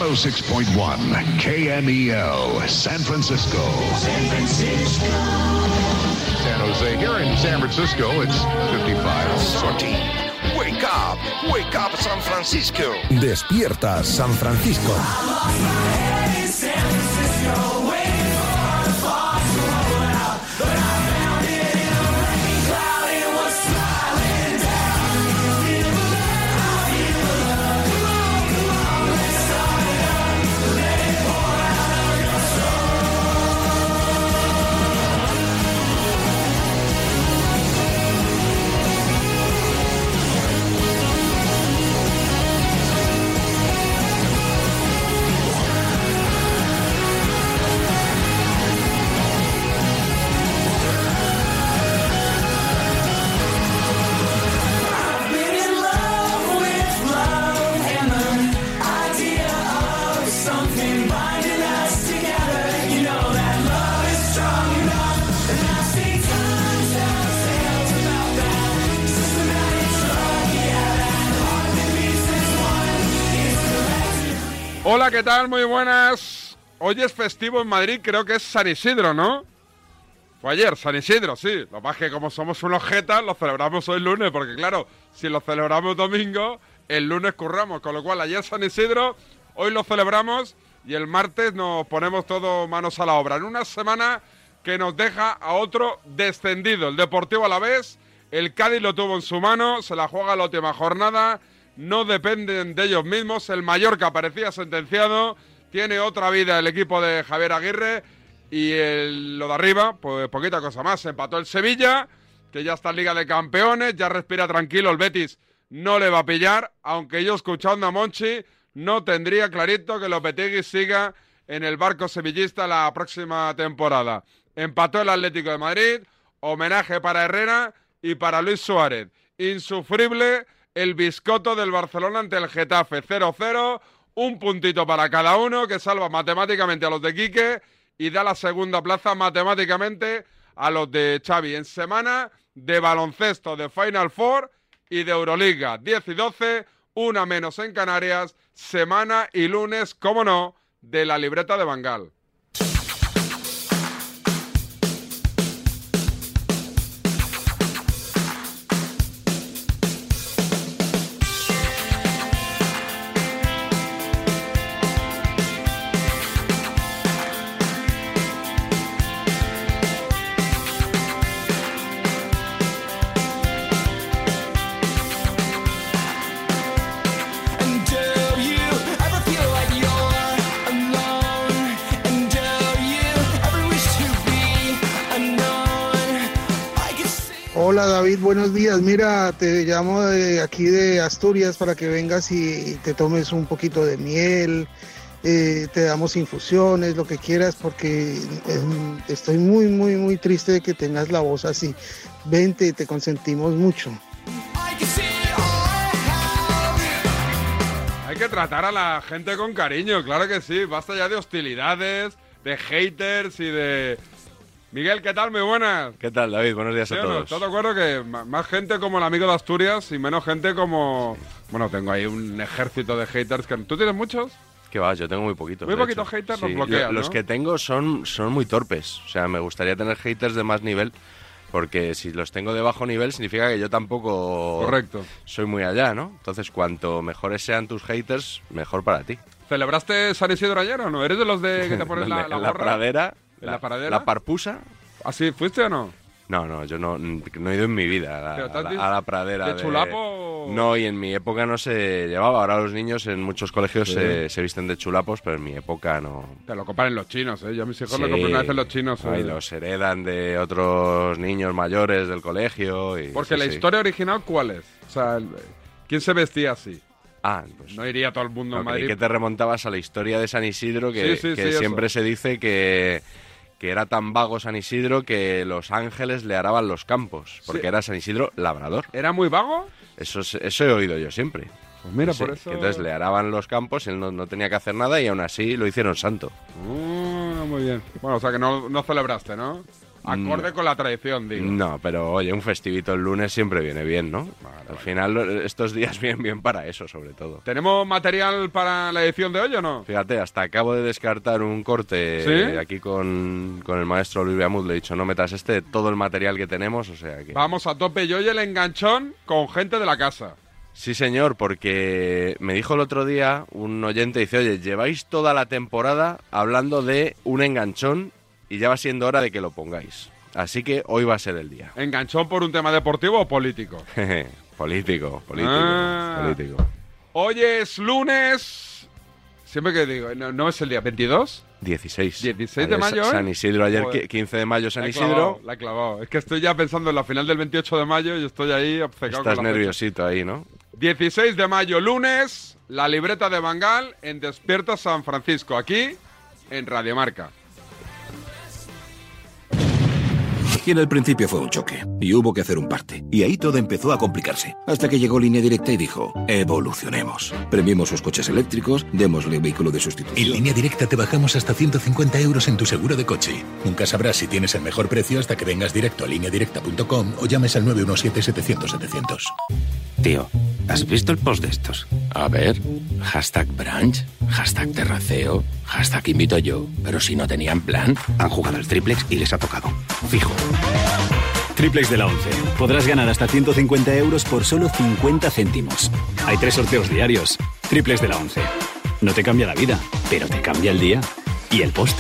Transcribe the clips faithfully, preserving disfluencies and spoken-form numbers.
one oh six point one K M E L, San Francisco. San Francisco. San Jose. Here in San Francisco, it's fifty-five. Santi, wake up, wake up San Francisco. Despierta San Francisco. Hola, ¿qué tal? Muy buenas. Hoy es festivo en Madrid, creo que es San Isidro, ¿no? Fue ayer, San Isidro, sí. Lo que pasa es que como somos unos jetas, lo celebramos hoy lunes, porque claro, si lo celebramos domingo, el lunes curramos. Con lo cual, ayer San Isidro, hoy lo celebramos y el martes nos ponemos todo manos a la obra. En una semana que nos deja a otro descendido. El Deportivo Alavés, el Cádiz lo tuvo en su mano, se la juega la última jornada. No dependen de ellos mismos. El Mallorca parecía sentenciado. Tiene otra vida el equipo de Javier Aguirre. Y el, lo de arriba, pues poquita cosa más. Se empató el Sevilla, que ya está en Liga de Campeones. Ya respira tranquilo. El Betis no le va a pillar. Aunque yo, escuchando a Monchi, no tendría clarito que Lopetegui siga en el barco sevillista la próxima temporada. Empató el Atlético de Madrid. Homenaje para Herrera y para Luis Suárez. Insufrible el biscoto del Barcelona ante el Getafe, cero cero, un puntito para cada uno, que salva matemáticamente a los de Quique y da la segunda plaza matemáticamente a los de Xavi. En semana de baloncesto, de Final Four y de Euroliga, diez y doce, una menos en Canarias, semana y lunes, cómo no, de la libreta de Van Gaal. Hola David, buenos días. Mira, te llamo de aquí de Asturias para que vengas y te tomes un poquito de miel, eh, te damos infusiones, lo que quieras, porque eh, estoy muy, muy, muy triste de que tengas la voz así. Vente, te consentimos mucho. Hay que tratar a la gente con cariño, claro que sí. Basta ya de hostilidades, de haters y de... Miguel, ¿qué tal? Muy buenas. ¿Qué tal, David? Buenos días ¿Sí a o no? todos. ¿Estás de acuerdo que más gente como el amigo de Asturias y menos gente como... Bueno, tengo ahí un ejército de haters. que ¿Tú tienes muchos? Que va, yo tengo muy poquitos. Muy de poquitos hecho. haters Sí, los bloquean, Los ¿no? que tengo son, son muy torpes. O sea, me gustaría tener haters de más nivel, porque si los tengo de bajo nivel significa que yo tampoco... Correcto. Soy muy allá, ¿no? Entonces, cuanto mejores sean tus haters, mejor para ti. ¿Celebraste San Isidro ayer o no? ¿Eres de los de que te pones la, la en la gorra? pradera. ¿En la pradera? La parpusa. ¿Así fuiste o no? No, no, yo no, no he ido en mi vida a la, ¿Pero te has a la, visto a la pradera. de chulapo? No, y en mi época no se llevaba. Ahora los niños en muchos colegios Sí. se, se visten de chulapos, pero en mi época no. Te lo compran los chinos, ¿eh? Yo a mis hijos Sí. lo compré una vez en los chinos. Ay, ¿eh? los heredan de otros niños mayores del colegio. Y, Porque sí, la sí. historia original, ¿cuál es? O sea, el- ¿quién se vestía así? Ah, pues No iría todo el mundo no, en creí Madrid. que te remontabas a la historia de San Isidro, que, Sí, sí, que sí, siempre eso. se dice que, que era tan vago San Isidro que los ángeles le araban los campos, porque Sí. era San Isidro labrador. ¿Era muy vago? Eso, es- eso he oído yo siempre. Pues mira, Sí, por eso... que entonces le araban los campos, él no, no tenía que hacer nada y aún así lo hicieron santo. Ah, muy bien. Bueno, o sea que no, no celebraste, ¿no? acorde Mm. con la tradición, digo. No, pero oye, un festivito el lunes siempre viene bien, ¿no? Vale, Al vale. final estos días vienen bien para eso, sobre todo. ¿Tenemos material para la edición de hoy o no? Fíjate, hasta acabo de descartar un corte ¿Sí? eh, aquí con, con el maestro Luis Beamud. Le he dicho, no metas este, todo el material que tenemos, o sea que... Vamos a tope. Yo y el enganchón con gente de la casa. Sí, señor, porque me dijo el otro día un oyente, dice, oye, lleváis toda la temporada hablando de un enganchón y ya va siendo hora de que lo pongáis. Así que hoy va a ser el día. ¿Enganchón por un tema deportivo o político? político, político, Ah. político. Hoy es lunes... Siempre que digo, ¿no, no es el día veintidós? dieciséis. dieciséis de Ayer mayo, Sa- ¿eh? San Isidro, ayer Joder. qui- quince de mayo San La he Isidro. clavado, la he clavado. Es que estoy ya pensando en la final del veintiocho de mayo y estoy ahí obcecado Estás con la fecha. nerviosito ahí, ¿no? dieciséis de mayo, lunes, la libreta de Bangal en Despierta San Francisco, aquí en Radio Marca. Y en el principio fue un choque, y hubo que hacer un parte. Y ahí todo empezó a complicarse. Hasta que llegó Línea Directa y dijo, evolucionemos. Premiemos sus coches eléctricos, démosle vehículo de sustitución. En Línea Directa te bajamos hasta ciento cincuenta euros en tu seguro de coche. Nunca sabrás si tienes el mejor precio hasta que vengas directo a línea directa punto com o llames al nueve uno siete setecientos setecientos. Tío, ¿has visto el post de estos? A ver, hashtag brunch, hashtag terraceo, hashtag invito yo. Pero si no tenían plan, han jugado al triplex y les ha tocado. Fijo. Triplex de la once. Podrás ganar hasta ciento cincuenta euros por solo cincuenta céntimos. Hay tres sorteos diarios. Triplex de la once. No te cambia la vida, pero te cambia el día y el post.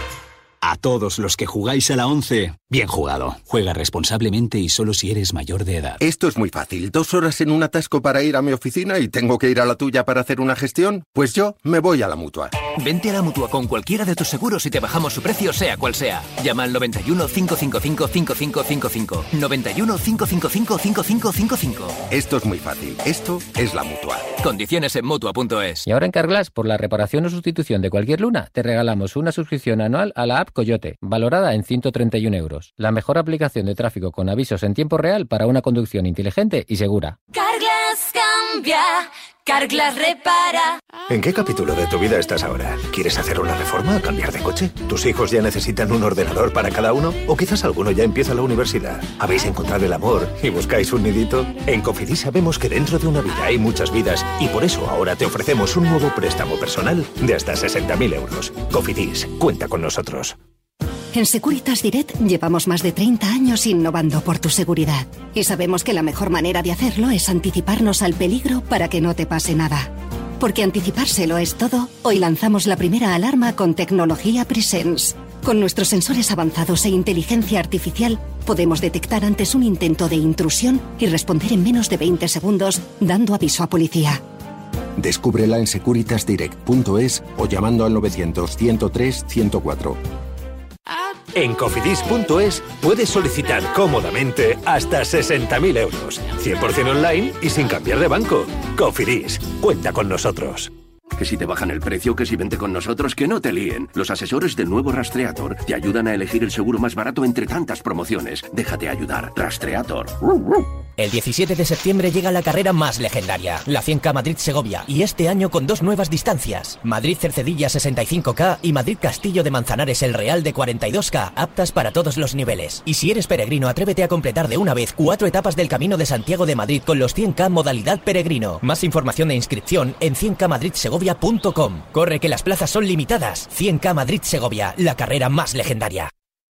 A todos los que jugáis a la once, bien jugado. Juega responsablemente y solo si eres mayor de edad. Esto es muy fácil. ¿Dos horas en un atasco para ir a mi oficina y tengo que ir a la tuya para hacer una gestión? Pues yo me voy a la Mutua. Vente a la Mutua con cualquiera de tus seguros y te bajamos su precio sea cual sea. Llama al noventa y uno, cinco cinco cinco, cinco cinco cinco cinco. noventa y uno, cinco cinco cinco, cinco cinco cinco cinco. Esto es muy fácil. Esto es la Mutua. Condiciones en Mutua punto es. Y ahora en Carglass, por la reparación o sustitución de cualquier luna, te regalamos una suscripción anual a la app Coyote, valorada en ciento treinta y un euros. La mejor aplicación de tráfico con avisos en tiempo real para una conducción inteligente y segura. Carglass cambia, Carglass repara. ¿En qué capítulo de tu vida estás ahora? ¿Quieres hacer una reforma o cambiar de coche? ¿Tus hijos ya necesitan un ordenador para cada uno? ¿O quizás alguno ya empieza la universidad? ¿Habéis encontrado el amor y buscáis un nidito? En Cofidis sabemos que dentro de una vida hay muchas vidas y por eso ahora te ofrecemos un nuevo préstamo personal de hasta sesenta mil euros. Cofidis, cuenta con nosotros. En Securitas Direct llevamos más de treinta años innovando por tu seguridad. Y sabemos que la mejor manera de hacerlo es anticiparnos al peligro para que no te pase nada. Porque anticipárselo es todo, hoy lanzamos la primera alarma con tecnología Presence. Con nuestros sensores avanzados e inteligencia artificial, podemos detectar antes un intento de intrusión y responder en menos de veinte segundos, dando aviso a policía. Descúbrela en securitas direct punto es o llamando al novecientos, ciento tres, ciento cuatro. En Cofidis punto es puedes solicitar cómodamente hasta sesenta mil euros. cien por ciento online y sin cambiar de banco. Cofidis, cuenta con nosotros. Que si te bajan el precio, que si vente con nosotros, que no te líen. Los asesores del nuevo Rastreator te ayudan a elegir el seguro más barato entre tantas promociones. Déjate ayudar. Rastreator. El diecisiete de septiembre llega la carrera más legendaria, la cien K Madrid-Segovia, y este año con dos nuevas distancias, Madrid-Cercedilla sesenta y cinco K y Madrid-Castillo de Manzanares el Real de cuarenta y dos K, aptas para todos los niveles. Y si eres peregrino, atrévete a completar de una vez cuatro etapas del Camino de Santiago de Madrid con los cien K modalidad peregrino. Más información e inscripción en cien K madrid segovia punto com. Corre que las plazas son limitadas. cien K Madrid-Segovia, la carrera más legendaria.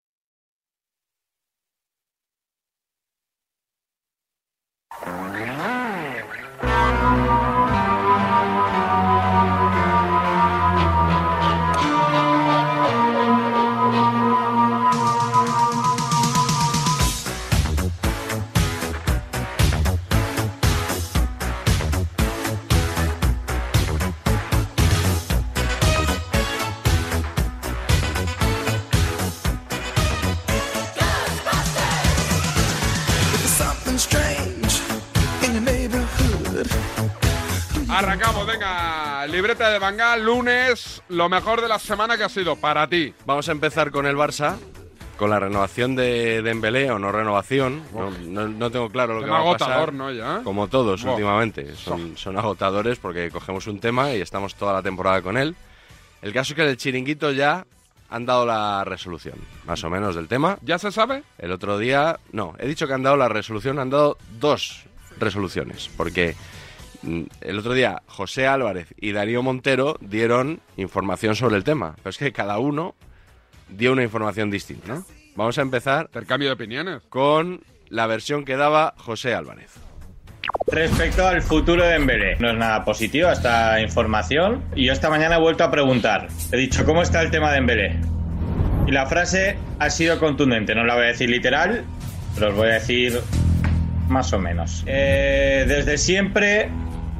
Arrancamos, venga, libreta de Bangal, lunes, lo mejor de la semana que ha sido para ti. Vamos a empezar con el Barça, con la renovación de Dembélé o no renovación. No, no, no tengo claro lo que va a pasar. Agotador, ¿no? Ya. Como todos Wow. últimamente. Son, son agotadores porque cogemos un tema y estamos toda la temporada con él. El caso es que el chiringuito ya han dado la resolución, más o menos, del tema. ¿Ya se sabe? El otro día, no, he dicho que han dado la resolución, han dado dos resoluciones, porque mm, el otro día José Álvarez y Darío Montero dieron información sobre el tema, pero es que cada uno dio una información distinta, ¿no? Vamos a empezar... Intercambio de opiniones. Con la versión que daba José Álvarez. Respecto al futuro de Dembélé, no es nada positivo esta información. Y yo esta mañana he vuelto a preguntar. He dicho, ¿cómo está el tema de Dembélé? Y la frase ha sido contundente. No la voy a decir literal, pero os voy a decir más o menos. Eh, desde siempre,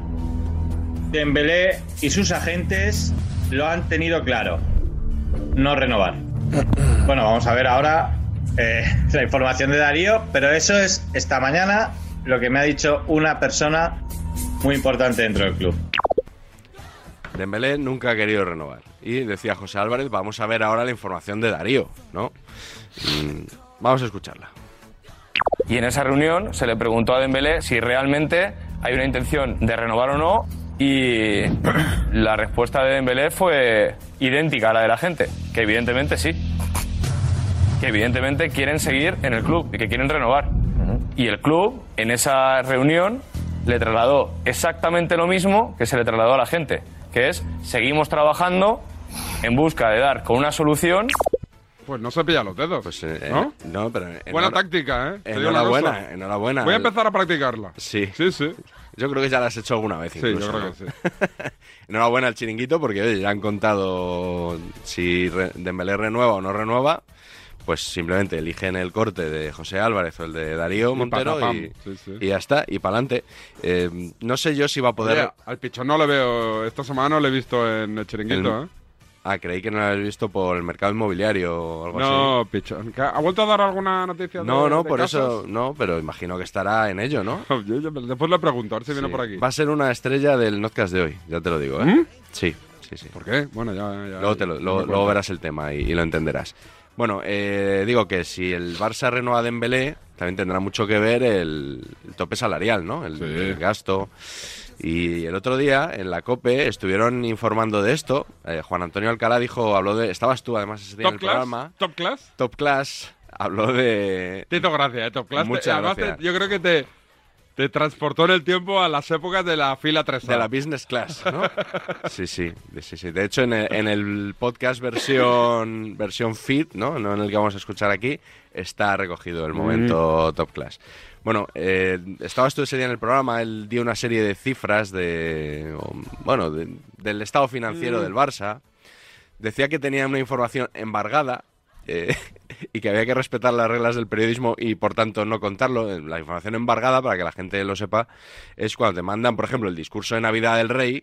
Dembélé y sus agentes lo han tenido claro. No renovar. Bueno, vamos a ver ahora eh, la información de Darío, pero eso es esta mañana lo que me ha dicho una persona muy importante dentro del club. Dembélé nunca ha querido renovar. Y decía José Álvarez, vamos a ver ahora la información de Darío, ¿no? Mm, vamos a escucharla. Y en esa reunión se le preguntó a Dembélé si realmente hay una intención de renovar o no, y la respuesta de Dembélé fue idéntica a la de la gente, que evidentemente sí. Que evidentemente quieren seguir en el club y que quieren renovar. Y el club, en esa reunión, le trasladó exactamente lo mismo que se le trasladó a la gente, que es, seguimos trabajando en busca de dar con una solución. Pues no se pilla los dedos, pues, eh, ¿no? No, pero... Buena táctica, ¿eh? Enhorabuena, enhorabuena. Voy a empezar a practicarla. Sí. Sí, sí. Yo creo que ya la has hecho alguna vez incluso. Sí, yo creo ¿no? que sí. Enhorabuena al Chiringuito, porque oye, ya han contado si Dembélé renueva o no renueva. Pues simplemente eligen el corte de José Álvarez o el de Darío Montero y, sí, sí. y ya está, y para adelante. Eh, no sé yo si va a poder... Oye, al Pichón no le veo, esta semana no le he visto en el Chiringuito, el... ¿eh? Ah, creí que no lo habéis visto por el mercado inmobiliario o algo así. No, Pichón. ¿Ha vuelto a dar alguna noticia? No, de, no, de por casas? eso, no, pero imagino que estará en ello, ¿no? yo, yo, después le pregunto, a ver si sí. viene por aquí. Va a ser una estrella del Notcast de hoy, ya te lo digo, ¿eh? ¿Mm? Sí, sí, sí. ¿Por qué? Bueno, ya... ya luego, te lo, luego, luego verás el tema y, y lo entenderás. Bueno, eh, digo que si el Barça renueva a Dembélé, también tendrá mucho que ver el, el tope salarial, ¿no? El, sí. el gasto. Y el otro día, en la COPE, estuvieron informando de esto. Eh, Juan Antonio Alcalá dijo, habló de... Estabas tú, además, ese día en el class? programa. ¿Top Class? Top Class. Habló de... Te hizo gracia, ¿eh? Top Class. Muchas te, además, gracias. Te, yo creo que te... Te transportó en el tiempo a las épocas de la fila tres A. De la business class, ¿no? sí, sí, sí, sí. De hecho, en el, en el podcast versión versión feed, ¿no? No en el que vamos a escuchar aquí, está recogido el momento mm. top class. Bueno, eh, estabas tú ese día en el programa, él dio una serie de cifras de, bueno, de, del estado financiero mm. del Barça. Decía que tenía una información embargada. Eh, y que había que respetar las reglas del periodismo y por tanto no contarlo. La información embargada, para que la gente lo sepa, es cuando te mandan, por ejemplo, el discurso de Navidad del Rey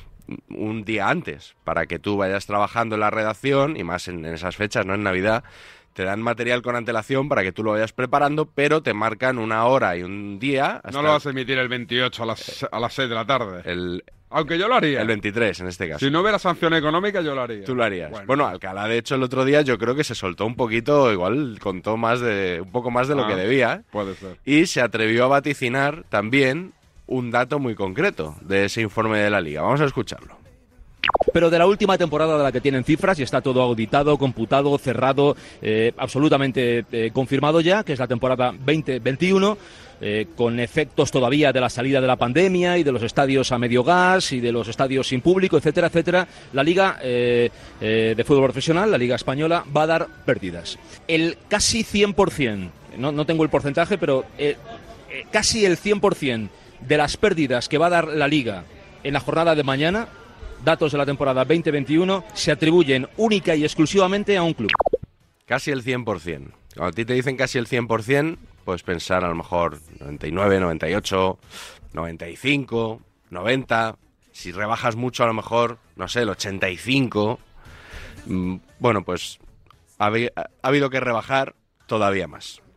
un día antes, para que tú vayas trabajando en la redacción, y más en, en esas fechas, no en Navidad. Te dan material con antelación para que tú lo vayas preparando, pero te marcan una hora y un día. Hasta no lo vas a emitir el veintiocho a las, a las seis de la tarde. El, Aunque yo lo haría. El veintitrés, en este caso. Si no hubiera sanción económica, yo lo haría. Tú lo harías. Bueno, Bueno, bueno Alcalá, de hecho, el otro día yo creo que se soltó un poquito, igual contó más de un poco más de lo ah, que debía. Puede ser. Y se atrevió a vaticinar también un dato muy concreto de ese informe de la Liga. Vamos a escucharlo. Pero de la última temporada de la que tienen cifras, y está todo auditado, computado, cerrado, eh, absolutamente eh, confirmado ya, que es la temporada veinte veintiuno, eh, con efectos todavía de la salida de la pandemia y de los estadios a medio gas y de los estadios sin público, etcétera, etcétera. La Liga eh, eh, de Fútbol Profesional, la Liga Española, va a dar pérdidas. El casi cien por ciento, no, no tengo el porcentaje, pero eh, eh, casi el cien por ciento de las pérdidas que va a dar la Liga en la jornada de mañana, datos de la temporada veinte veintiuno, se atribuyen única y exclusivamente a un club. Casi el cien por ciento. Cuando a ti te dicen casi el cien por ciento, puedes pensar a lo mejor noventa y nueve, noventa y ocho, noventa y cinco, noventa. Si rebajas mucho, a lo mejor, no sé, el ochenta y cinco. Bueno, pues ha, ha habido que rebajar todavía más.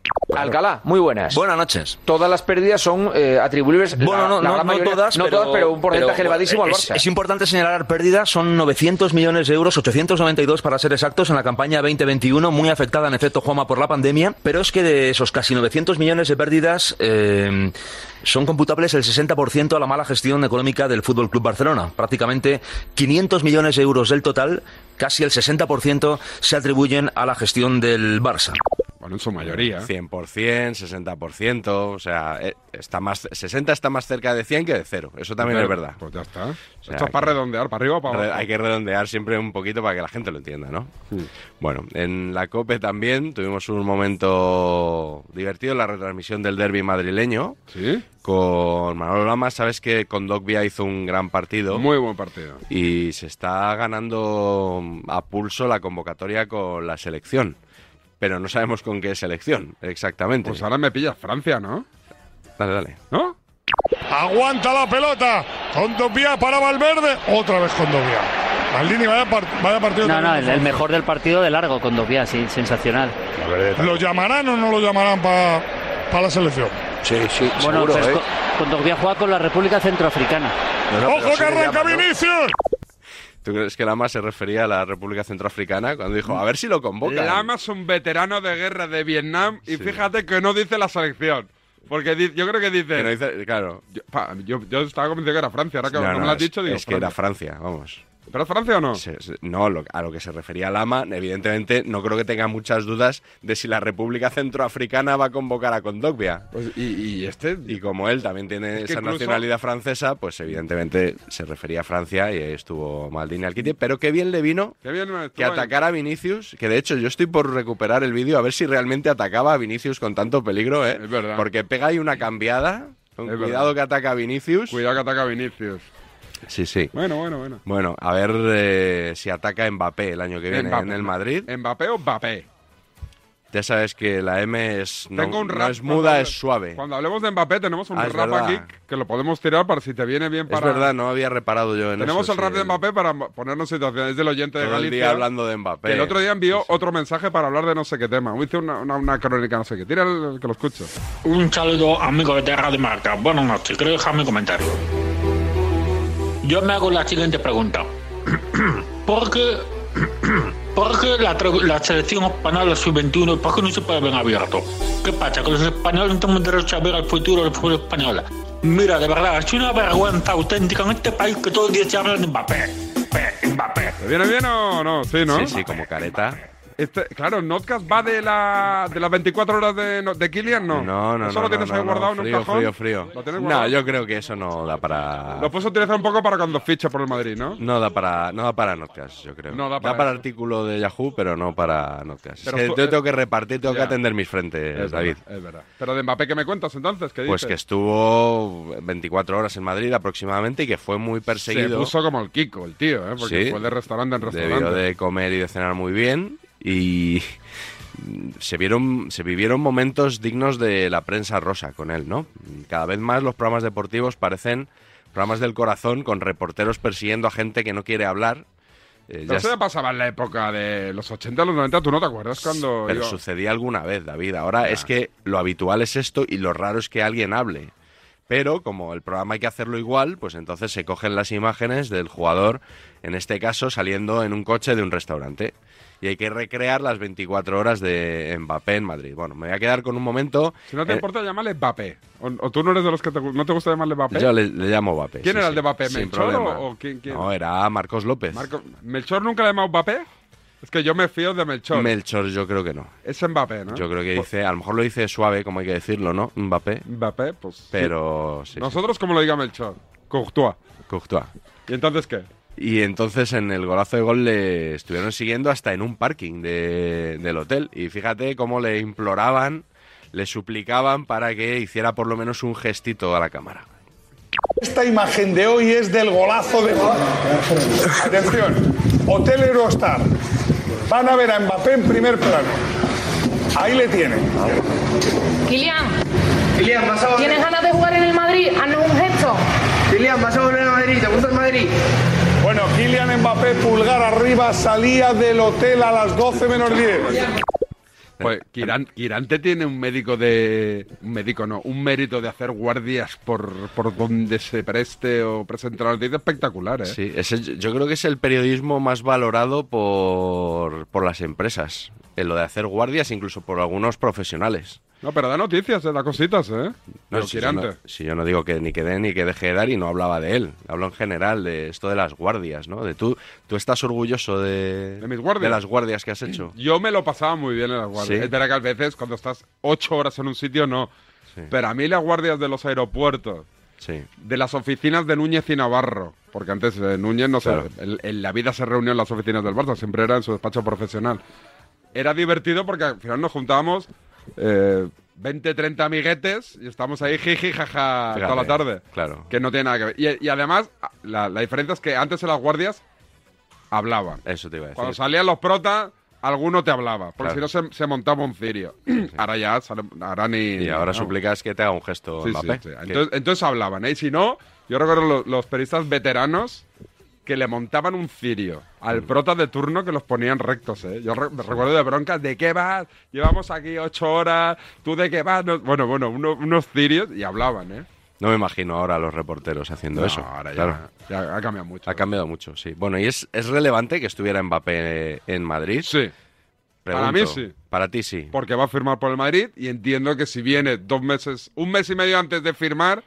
Alcalá, muy buenas. Buenas noches. Todas las pérdidas son eh, atribuibles. Bueno, la, no, la no, gran no mayoría, todas, no pero, todas, pero un porcentaje pero, elevadísimo al es, Barça. es importante señalar pérdidas, son novecientos millones de euros, ochocientos noventa y dos para ser exactos, en la campaña veinte veintiuno, muy afectada en efecto, Juanma, por la pandemia, pero es que de esos casi novecientos millones de pérdidas eh, son computables el sesenta por ciento a la mala gestión económica del F C Barcelona. Prácticamente quinientos millones de euros del total, casi el sesenta por ciento se atribuyen a la gestión del Barça. Bueno, en su mayoría. cien por ciento, sesenta por ciento, o sea, está más, sesenta está más cerca de cien que de cero. Eso también Pero, es verdad. Pues ya está. O sea, Esto es para redondear, para arriba o para abajo. Hay que redondear siempre un poquito para que la gente lo entienda, ¿no? Sí. Bueno, en la COPE también tuvimos un momento divertido en la retransmisión del derbi madrileño. ¿Sí? Con Manolo Lama. Sabes que Kondogbia hizo un gran partido. Muy buen partido. Y se está ganando a pulso la convocatoria con la selección. Pero no sabemos con qué selección exactamente. Pues ahora me pillas Francia, ¿no? Dale, dale. ¿No? Aguanta la pelota. Kondogbia para Valverde. Otra vez Kondogbia. Maldini, vaya, part vaya partido. No, no, el, el mejor del partido de largo, Kondogbia, sí, sensacional. ¿Lo llamarán o no lo llamarán para pa la selección? Sí, sí, bueno, seguro, pues ¿eh? Kondogbia juega con la República Centroafricana. No, no, ¡ojo que arranca Vinicius! ¿Tú crees que Lama se refería a la República Centroafricana cuando dijo, a ver si lo convoca? Lama es un veterano de guerra de Vietnam y sí. Fíjate que no dice la selección. Porque di yo creo que dice... Que no dice, claro. Yo, pa, yo, yo estaba convencido que era Francia, ahora que no, no, no, me lo has es, dicho, digo... Es que Francia. era Francia, vamos. ¿Pero es Francia o no? Se, se, no, lo, a lo que se refería Lama, evidentemente no creo que tenga muchas dudas de si la República Centroafricana va a convocar a Kondogbia. Pues, y, y este... Y como él también tiene es que esa incluso... nacionalidad francesa, pues evidentemente se refería a Francia y ahí estuvo Maldini al quite. Pero qué bien le vino qué bien que atacara a Vinicius, que de hecho yo estoy por recuperar el vídeo a ver si realmente atacaba a Vinicius con tanto peligro, ¿eh? Es verdad. Porque pega ahí una cambiada, con es cuidado verdad. que ataca a Vinicius. Cuidado que ataca a Vinicius. Sí, sí. Bueno, bueno, bueno. Bueno, a ver eh, si ataca Mbappé el año que viene Mbappé. en el Madrid. ¿Mbappé o Mbappé? Ya sabes que la M es, no, Tengo un rap, no es muda, cuando, es suave. Cuando hablemos de Mbappé tenemos un ah, rap aquí que lo podemos tirar para si te viene bien para... Es verdad, no había reparado yo en tenemos eso. Tenemos el rap sí. de Mbappé para ponernos en situación. Es del oyente de Todo Galicia. el día hablando de Mbappé. Que el otro día envió sí, sí. otro mensaje para hablar de no sé qué tema. Hice una, una, una crónica no sé qué. Tira el, el que lo escucho. Un saludo, amigo de Terra de Marca. Buenas noches. Quiero dejar mi comentario. Yo me hago la siguiente pregunta. ¿Por qué, por qué la, la selección española sub veintiuno, por qué no se puede ver abierto? ¿Qué pasa? ¿Que los españoles no tenemos derecho a ver el futuro del fútbol español? Mira, de verdad, es una vergüenza auténtica en este país que todo el día se habla de Mbappé. Mbappé, Mbappé. ¿Te viene bien o no? Sí, ¿no? Sí, sí, como careta. Este, claro, ¿el Notcast va de, la, de las veinticuatro horas de, de Kylian? No, no, no. ¿Eso no, lo tienes no, ahí no, guardado no, en frío, un cajón? Frío, frío, ¿Lo tienes No, yo creo que eso no da para... Lo puedes utilizar un poco para cuando ficha por el Madrid, ¿no? No da para, no da para Notcast, yo creo. No da para, da para artículo de Yahoo, pero no para Notcast. Pero es que tú, yo tengo que repartir, tengo ya. que atender mis frentes, es David. Verdad, es verdad. Pero de Mbappé, ¿qué me cuentas entonces? ¿Qué pues dices? que estuvo veinticuatro horas en Madrid aproximadamente y que fue muy perseguido. Se puso como el Kiko, el tío, ¿eh? Porque sí, fue de restaurante en restaurante. Debió de comer y de cenar muy bien y... Se vieron, se vivieron momentos dignos de la prensa rosa con él, ¿no? Cada vez más los programas deportivos parecen programas del corazón con reporteros persiguiendo a gente que no quiere hablar. Eh, Pero eso ya pasaba en la época de los ochenta a los noventa, ¿tú no te acuerdas cuando...? Pero yo... sucedía alguna vez, David. Ahora ya. Es que lo habitual es esto y lo raro es que alguien hable. Pero como el programa hay que hacerlo igual, pues entonces se cogen las imágenes del jugador, en este caso saliendo en un coche de un restaurante. Y hay que recrear las veinticuatro horas de Mbappé en Madrid. Bueno, me voy a quedar con un momento... Si no te eh, importa llamarle Mbappé. O, o tú no eres de los que te, no te gusta llamarle Mbappé. Yo le, le llamo Mbappé. ¿Quién sí, era sí, el de Mbappé? sin ¿Melchor problema. o, o quién, quién? No, era Marcos López. Marco, ¿Melchor nunca le ha llamado Mbappé? Es que yo me fío de Melchor. Melchor yo creo que no. Es Mbappé, ¿no? Yo creo que dice... A lo mejor lo dice suave, como hay que decirlo, ¿no? Mbappé. Mbappé, pues... Pero... Sí, Nosotros, sí. como lo diga Melchor. Courtois. Courtois. ¿Y entonces qué? Y entonces en el golazo de gol le estuvieron siguiendo hasta en un parking de, del hotel. Y fíjate cómo le imploraban, le suplicaban para que hiciera por lo menos un gestito a la cámara. Esta imagen de hoy es del golazo de... Atención, Hotel Eurostar. Van a ver a Mbappé en primer plano. Ahí le tienen. Kylian, Kylian, vas a volver. ¿Tienes ganas de jugar en el Madrid? Haznos un gesto. Kylian, vas a volver a Madrid. ¿Te gusta el Madrid? Bueno, Kylian Mbappé, pulgar arriba, salía del hotel a las doce menos diez. Pues Quirán- Quirante tiene un médico de... Un médico no, un mérito de hacer guardias por, por donde se preste o presente la noticia espectacular, ¿eh? Sí, es el- yo creo que es el periodismo más valorado por, por las empresas. En lo de hacer guardias, incluso por algunos profesionales. No, pero da noticias, eh, da cositas, ¿eh? No, Pero si, yo no, Quirante. si yo no digo que ni que dé ni que deje de dar y no hablaba de él. Hablo en general de esto de las guardias, ¿no? De tú, tú estás orgulloso de, ¿De mis guardias? de las guardias que has hecho. Yo me lo pasaba muy bien en las guardias. ¿Sí? Es verdad que a veces cuando estás ocho horas en un sitio, no. Sí. Pero a mí las guardias de los aeropuertos, Sí. de las oficinas de Núñez y Navarro, porque antes eh, Núñez no Claro. sé, en, en la vida se reunió en las oficinas del Barça, siempre era en su despacho profesional. Era divertido porque al final nos juntábamos eh, veinte, treinta amiguetes y estamos ahí jiji, jaja, Fíjate, toda la tarde. Claro. Que no tiene nada que ver. Y, y además, la, la diferencia es que antes en las guardias hablaban. Eso te iba a decir. Cuando salían los protas, alguno te hablaba, porque Claro. si no se, se montaba un cirio. Ahora ya, sale- ahora ni... Y ahora no. suplicas que te haga un gesto Sí, sí, Mbappé. sí. Que- Entonces, entonces hablaban, ¿eh? Y si no, yo recuerdo los, los periodistas veteranos que le montaban un cirio al Mm. prota de turno que los ponían rectos, ¿eh? Yo re- me recuerdo de broncas, ¿de qué vas? Llevamos aquí ocho horas, ¿tú de qué vas? No- bueno, bueno, uno- unos cirios y hablaban, ¿eh? No me imagino ahora a los reporteros haciendo No, eso. ahora ya, Claro. ya ha cambiado mucho. Ha cambiado mucho, sí. Bueno, ¿y es, es relevante que estuviera Mbappé en Madrid? Sí. Para mí sí. Para ti sí. Porque va a firmar por el Madrid y entiendo que si viene dos meses, un mes y medio antes de firmar,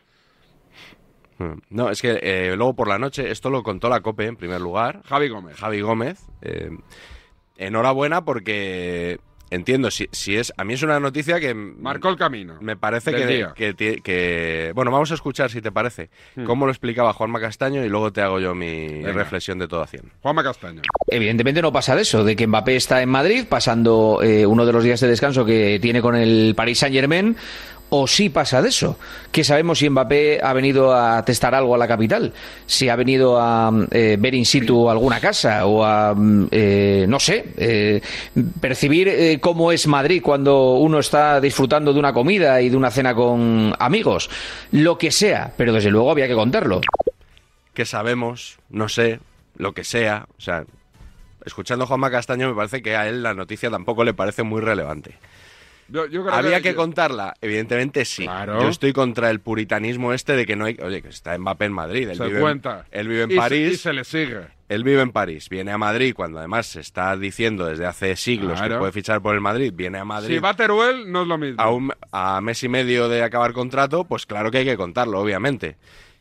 No, es que eh, luego por la noche, esto lo contó la COPE en primer lugar. Javi Gómez. Javi Gómez. eh, enhorabuena porque entiendo, si, si es... A mí es una noticia que... marcó el camino. Me parece del que, día. que, tie- que- Bueno, vamos a escuchar, si te parece, Hmm. cómo lo explicaba Juanma Castaño y luego te hago yo mi Venga. reflexión de todo a cien. Juanma Castaño. Evidentemente no pasa de eso, de que Mbappé está en Madrid pasando eh, uno de los días de descanso que tiene con el Paris Saint-Germain, o sí pasa de eso, que sabemos si Mbappé ha venido a testar algo a la capital, si ha venido a eh, ver in situ alguna casa o a, mm, eh, no sé, eh, percibir eh, cómo es Madrid cuando uno está disfrutando de una comida y de una cena con amigos, lo que sea, pero desde luego había que contarlo. Que sabemos, no sé, lo que sea, o sea, escuchando a Juanma Castaño me parece que a él la noticia tampoco le parece muy relevante. Yo, yo creo ¿Había que, que contarla? Evidentemente sí. Claro. Yo estoy contra el puritanismo este de que no hay... Oye, que está Mbappé en Madrid. Él Se vive en- cuenta. él vive en Y se- París. y se le sigue. Él vive en París. Viene a Madrid cuando además se está diciendo desde hace siglos Claro. que puede fichar por el Madrid. Viene a Madrid Si va Teruel, no es lo mismo. a, un, a mes y medio de acabar contrato, pues claro que hay que contarlo, obviamente.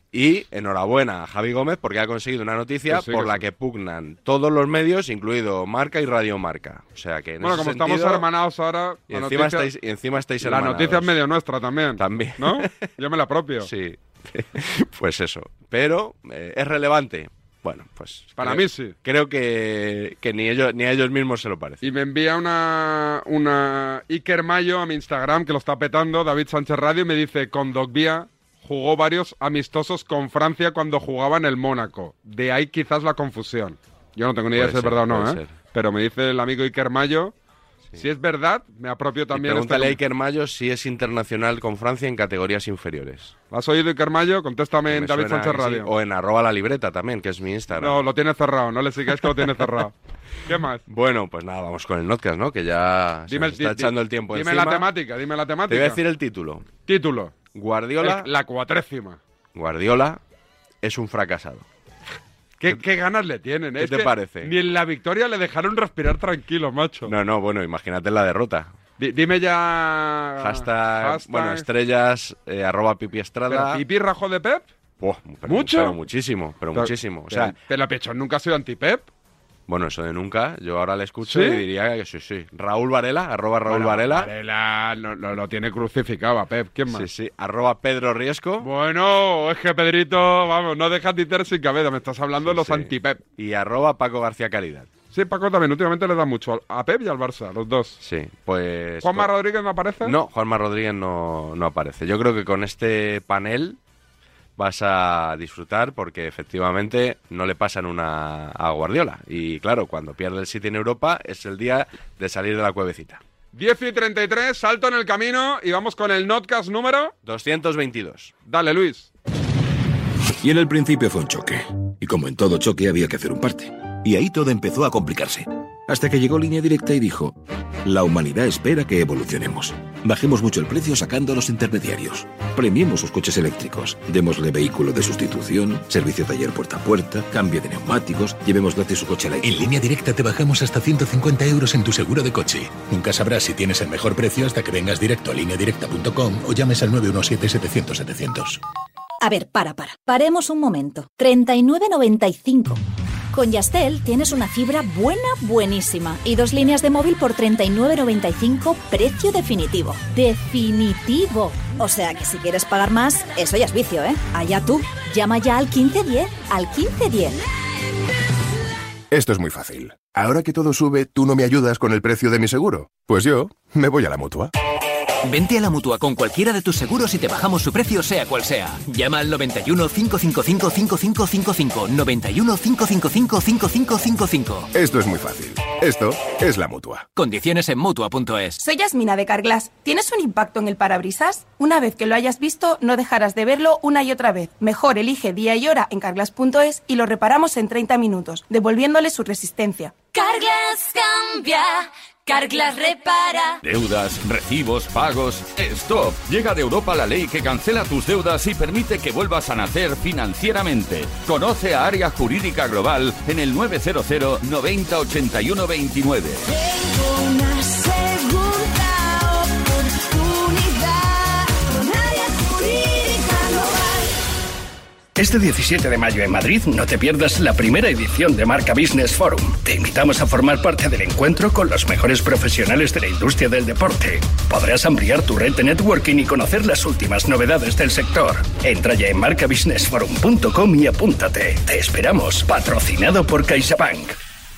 Y enhorabuena a Javi Gómez porque ha conseguido una noticia Que sí, por que la sí. que pugnan todos los medios, incluido Marca y Radio Marca. O sea que en Bueno, ese como estamos sentido- hermanados ahora, Y la encima, noticia- estáis, y encima estáis la hermanados. noticia es medio nuestra también. También. ¿No? Yo me la apropio. Sí. Pues eso. Pero, eh, ¿es relevante? Bueno, pues... Para creo- mí sí. Creo que, que ni, ellos, ni a ellos mismos se lo parece. Y me envía una, una Iker Mayo a mi Instagram, que lo está petando, David Sánchez Radio, y me dice, con Dogbia jugó varios amistosos con Francia cuando jugaba en el Mónaco. De ahí quizás la confusión. Yo no tengo ni idea Puede si es ser, verdad o no, puede ¿eh? ser. Pero me dice el amigo Iker Mayo, si es verdad, me apropio Y también... pregúntale a este- Iker Mayo si es internacional con Francia en categorías inferiores. ¿Has oído Iker Mayo? Contéstame en Me David suena Sánchez que sí. Radio. O en arroba la libreta también, que es mi Instagram. No, lo tiene cerrado, no le sigáis que lo tiene cerrado. ¿Qué más? Bueno, pues nada, vamos con el notcast, ¿no? Que ya se Dime nos el está ti- echando di- el tiempo Dime encima. la temática, dime la temática. Te voy a decir el título. Título. Guardiola... El- la cuatrécima. Guardiola es un fracasado. ¿Qué, qué ganas le tienen? ¿Qué Es te que parece? Ni en la victoria le dejaron respirar tranquilo, macho. No, no, bueno, imagínate la derrota. Di- dime ya... Hashtag, hashtag- bueno, estrellas, eh, arroba Pipi Estrada. ¿Pero ¿Pipi rajó de Pep? Buah, pero- ¿Mucho? pero muchísimo, pero, Pero- muchísimo. O pero- sea, pero Pechón nunca ha sido anti-Pep. bueno, eso de nunca, yo ahora le escucho ¿Sí? y diría que sí, sí. Raúl Varela, arroba Raúl Bueno, Varela. Varela no- no- lo tiene crucificado a Pep. ¿Quién más? Sí, sí, arroba Pedro Riesco. Bueno, es que Pedrito, vamos, no dejas de ir sin cabeza. Me estás hablando de los sí. anti-Pep. Y arroba Paco García Caridad. Sí, Paco también últimamente le da mucho a Pep y al Barça, los dos. Sí, pues... ¿Juanma con- Rodríguez no aparece? No, Juanma Rodríguez no, no aparece. Yo creo que con este panel vas a disfrutar porque efectivamente no le pasan una a Guardiola. Y claro, cuando pierde el City en Europa es el día de salir de la cuevecita. diez y treinta y tres, salto en el camino y vamos con el notcast número... doscientos veintidós. Dale, Luis. Y en el principio fue un choque. Y como en todo choque había que hacer un parte. Y ahí todo empezó a complicarse. Hasta que llegó Línea Directa y dijo: la humanidad espera que evolucionemos. Bajemos mucho el precio sacando a los intermediarios. Premiemos sus coches eléctricos. Démosle vehículo de sustitución, servicio taller puerta a puerta, cambio de neumáticos, llevemos gratis su coche eléctrico. En Línea Directa te bajamos hasta ciento cincuenta euros en tu seguro de coche. Nunca sabrás si tienes el mejor precio hasta que vengas directo a línea directa punto com o llames al nueve uno siete, setecientos, setecientos. A ver, para, para. Paremos un momento. treinta y nueve noventa y cinco. Con Yastel tienes una fibra buena, buenísima y dos líneas de móvil por treinta y nueve noventa y cinco, precio definitivo. ¡Definitivo! O sea que si quieres pagar más, eso ya es vicio, ¿eh? Allá tú. Llama ya al quince diez, al quince diez. Esto es muy fácil. Ahora que todo sube, ¿tú no me ayudas con el precio de mi seguro? Pues yo me voy a la Mutua. Vente a la Mutua con cualquiera de tus seguros y te bajamos su precio sea cual sea. Llama al noventa y uno, cinco cinco cinco, cinco cinco cinco cinco, noventa y uno, cinco cinco cinco, cinco cinco cinco cinco. Esto es muy fácil. Esto es la Mutua. Condiciones en Mutua punto es. Soy Yasmina de Carglass. ¿Tienes un impacto en el parabrisas? Una vez que lo hayas visto, no dejarás de verlo una y otra vez. Mejor elige día y hora en Carglass punto es y lo reparamos en treinta minutos, devolviéndole su resistencia. Carglass cambia. Carglass repara. Deudas, recibos, pagos. ¡Stop! Llega de Europa la ley que cancela tus deudas y permite que vuelvas a nacer financieramente. Conoce a Área Jurídica Global en el nueve cero cero, noventa, ochenta y uno, veintinueve. Tengo una segunda oportunidad con Área Jurídica Global. Este diecisiete de mayo en Madrid no te pierdas la primera edición de Marca Business Forum. Te invitamos a formar parte del encuentro con los mejores profesionales de la industria del deporte. Podrás ampliar tu red de networking y conocer las últimas novedades del sector. Entra ya en marca business forum punto com y apúntate. Te esperamos. Patrocinado por CaixaBank.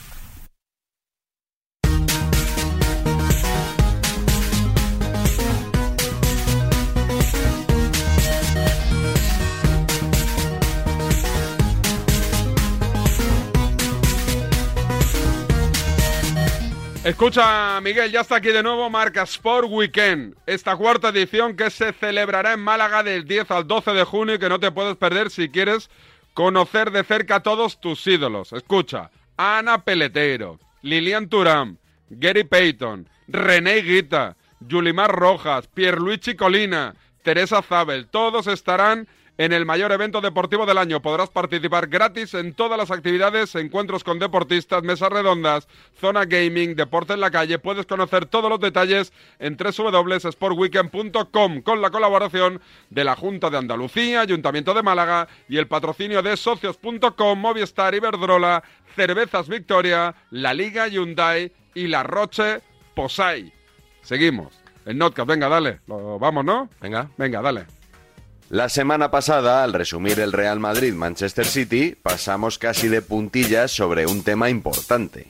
Escucha, Miguel, ya está aquí de nuevo Marca Sport Weekend, esta cuarta edición que se celebrará en Málaga del diez al doce de junio y que no te puedes perder si quieres conocer de cerca a todos tus ídolos. Escucha, Ana Peleteiro, Lilian Thuram, Gary Payton, René Guita, Yulimar Rojas, Pierluigi Colina, Teresa Zabel, todos estarán en el mayor evento deportivo del año. Podrás participar gratis en todas las actividades, encuentros con deportistas, mesas redondas, zona gaming, deporte en la calle. Puedes conocer todos los detalles en doble u doble u doble u punto sport weekend punto com con la colaboración de la Junta de Andalucía, Ayuntamiento de Málaga y el patrocinio de socios punto com, Movistar, Iberdrola, Cervezas Victoria, La Liga Hyundai y La Roche Posay. Seguimos. El Notcast, venga, dale. Lo, vamos, ¿no? Venga. Venga, dale. La semana pasada, al resumir el Real Madrid-Manchester City, pasamos casi de puntillas sobre un tema importante.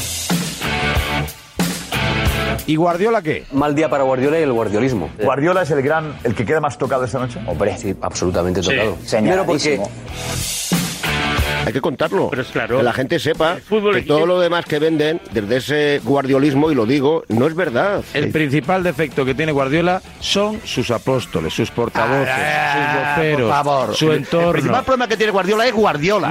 ¿Y Guardiola qué? Mal día para Guardiola y el guardiolismo. ¿Guardiola es el gran, el que queda más tocado esta noche? Hombre, sí, absolutamente tocado. Sí. Primero porque... Hay que contarlo, pero es claro, que la gente sepa que es... todo lo demás que venden desde ese guardiolismo, y lo digo, no es verdad. El principal defecto que tiene Guardiola son sus apóstoles, sus portavoces, ah, sus voceros, por favor. Su entorno. El principal problema que tiene Guardiola es Guardiola.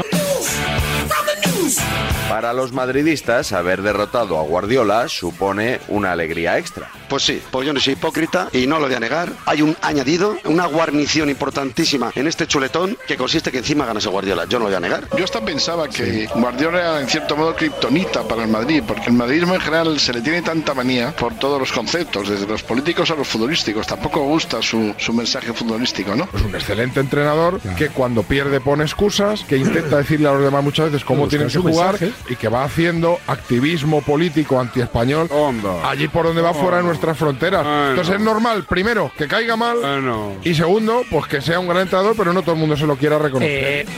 Para los madridistas, haber derrotado a Guardiola supone una alegría extra. Pues sí, pues yo no soy hipócrita y no lo voy a negar. Hay un añadido, una guarnición importantísima en este chuletón que consiste que encima ganas a Guardiola. Yo no lo voy a negar. Yo hasta pensaba que Guardiola era en cierto modo kriptonita para el Madrid, porque el madridismo en general se le tiene tanta manía por todos los conceptos, desde los políticos a los futbolísticos. Tampoco gusta su, su mensaje futbolístico, ¿no? Es un excelente entrenador que cuando pierde pone excusas, que intenta decirle a los demás muchas veces cómo tienen que jugar mensaje. Y que va haciendo activismo político antiespañol allí por donde va Onda. fuera de nuestras fronteras. Ay, Entonces no. es normal, primero, que caiga mal Ay, no. y segundo, pues que sea un gran entrenador, pero no todo el mundo se lo quiera reconocer. Eh...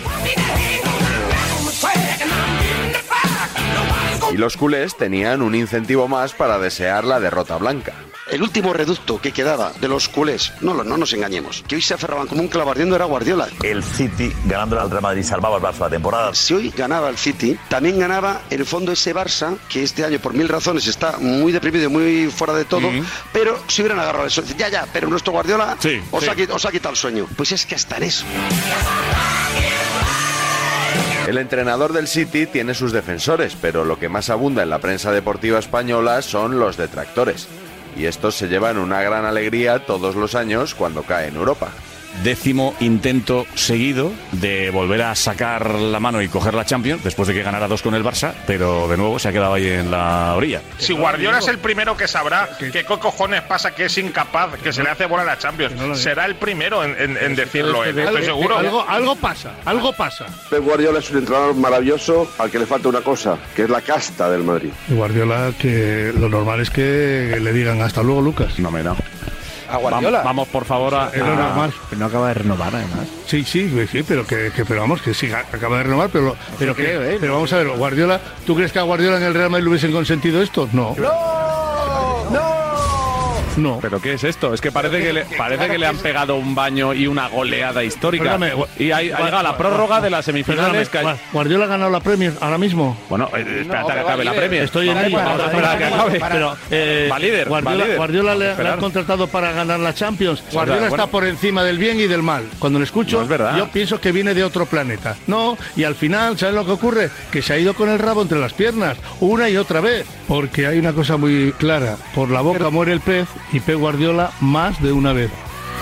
Y los culés tenían un incentivo más para desear la derrota blanca. El último reducto que quedaba de los culés, no, no nos engañemos, que hoy se aferraban como un clavo ardiendo era Guardiola. El City, ganando al Real Madrid, salvaba al Barça la temporada. Si hoy ganaba el City, también ganaba en el fondo ese Barça, que este año por mil razones está muy deprimido y muy fuera de todo, mm-hmm. pero si hubieran agarrado eso, ya, ya, pero nuestro Guardiola sí, os, sí. Ha, os ha quitado el sueño. Pues es que hasta en eso. El entrenador del City tiene sus defensores, pero lo que más abunda en la prensa deportiva española son los detractores. Y estos se llevan una gran alegría todos los años cuando cae en Europa. Décimo intento seguido de volver a sacar la mano y coger la Champions después de que ganara dos con el Barça, pero de nuevo se ha quedado ahí en la orilla. Si Guardiola es el primero que sabrá que qué cojones pasa, que es incapaz, que se le hace bola a la Champions, será el primero en, en, en decirlo, él, estoy seguro. Algo, algo pasa, algo pasa. Pep Guardiola es un entrenador maravilloso al que le falta una cosa, que es la casta del Madrid. Guardiola, que lo normal es que le digan hasta luego, Lucas. No me da. ¿A Guardiola? Vamos, vamos por favor a... Es lo normal. Pero no acaba de renovar, además. Sí, sí, sí, pero que, que pero vamos, que sí, acaba de renovar, pero, pero, que, creo, ¿eh? pero vamos a ver, Guardiola, ¿tú crees que a Guardiola en el Real Madrid le hubiesen consentido esto? No. ¡No! ¡No! No. ¿Pero qué es esto? Es que parece que le, parece que le han pegado un baño y una goleada histórica. Perdóname, y ha llegado la prórroga de las semifinales. Que hay... ¿Guardiola ha ganado la Premier ahora mismo? Bueno, eh, espérate a que acabe la Premier. Estoy en no, ello. Vamos a esperar a que acabe. Pero, eh, va líder, Guardiola, va líder. Guardiola le, le han contratado para ganar la Champions. Guardiola bueno. está por encima del bien y del mal. Cuando lo escucho, no es verdad. yo pienso que viene de otro planeta. No, y al final, ¿sabes lo que ocurre? Que se ha ido con el rabo entre las piernas, una y otra vez. Porque hay una cosa muy clara. Por la boca muere el pez y Pep Guardiola más de una vez.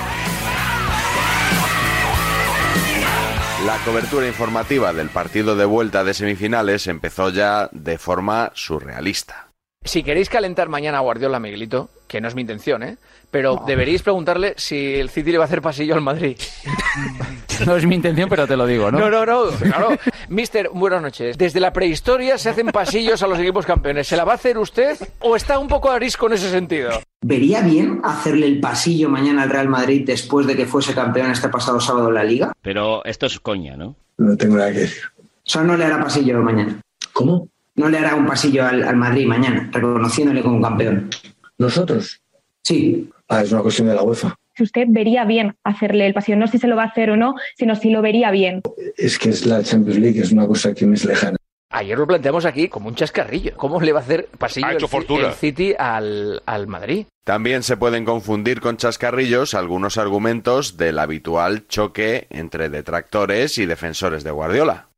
La cobertura informativa del partido de vuelta de semifinales empezó ya de forma surrealista. Si queréis calentar mañana a Guardiola, Miguelito, que no es mi intención, ¿eh? Pero no. Deberíais preguntarle si el City le va a hacer pasillo al Madrid. No es mi intención, pero te lo digo, ¿no? No, no, no, claro. Mister, buenas noches. Desde la prehistoria se hacen pasillos a los equipos campeones. ¿Se la va a hacer usted o está un poco arisco en ese sentido? ¿Vería bien hacerle el pasillo mañana al Real Madrid después de que fuese campeón este pasado sábado en la Liga? Pero esto es coña, ¿no? No tengo nada que decir. O sea, no le hará pasillo mañana. ¿Cómo? No le hará un pasillo al, al Madrid mañana, reconociéndole como campeón. ¿Nosotros? Sí. Ah, es una cuestión de la UEFA. Si usted vería bien hacerle el pasillo, no si se lo va a hacer o no, sino si lo vería bien. Es que es la Champions League, es una cosa que me es lejana. Ayer lo planteamos aquí como un chascarrillo. ¿Cómo le va a hacer pasillo el, el City al, al Madrid? También se pueden confundir con chascarrillos algunos argumentos del habitual choque entre detractores y defensores de Guardiola.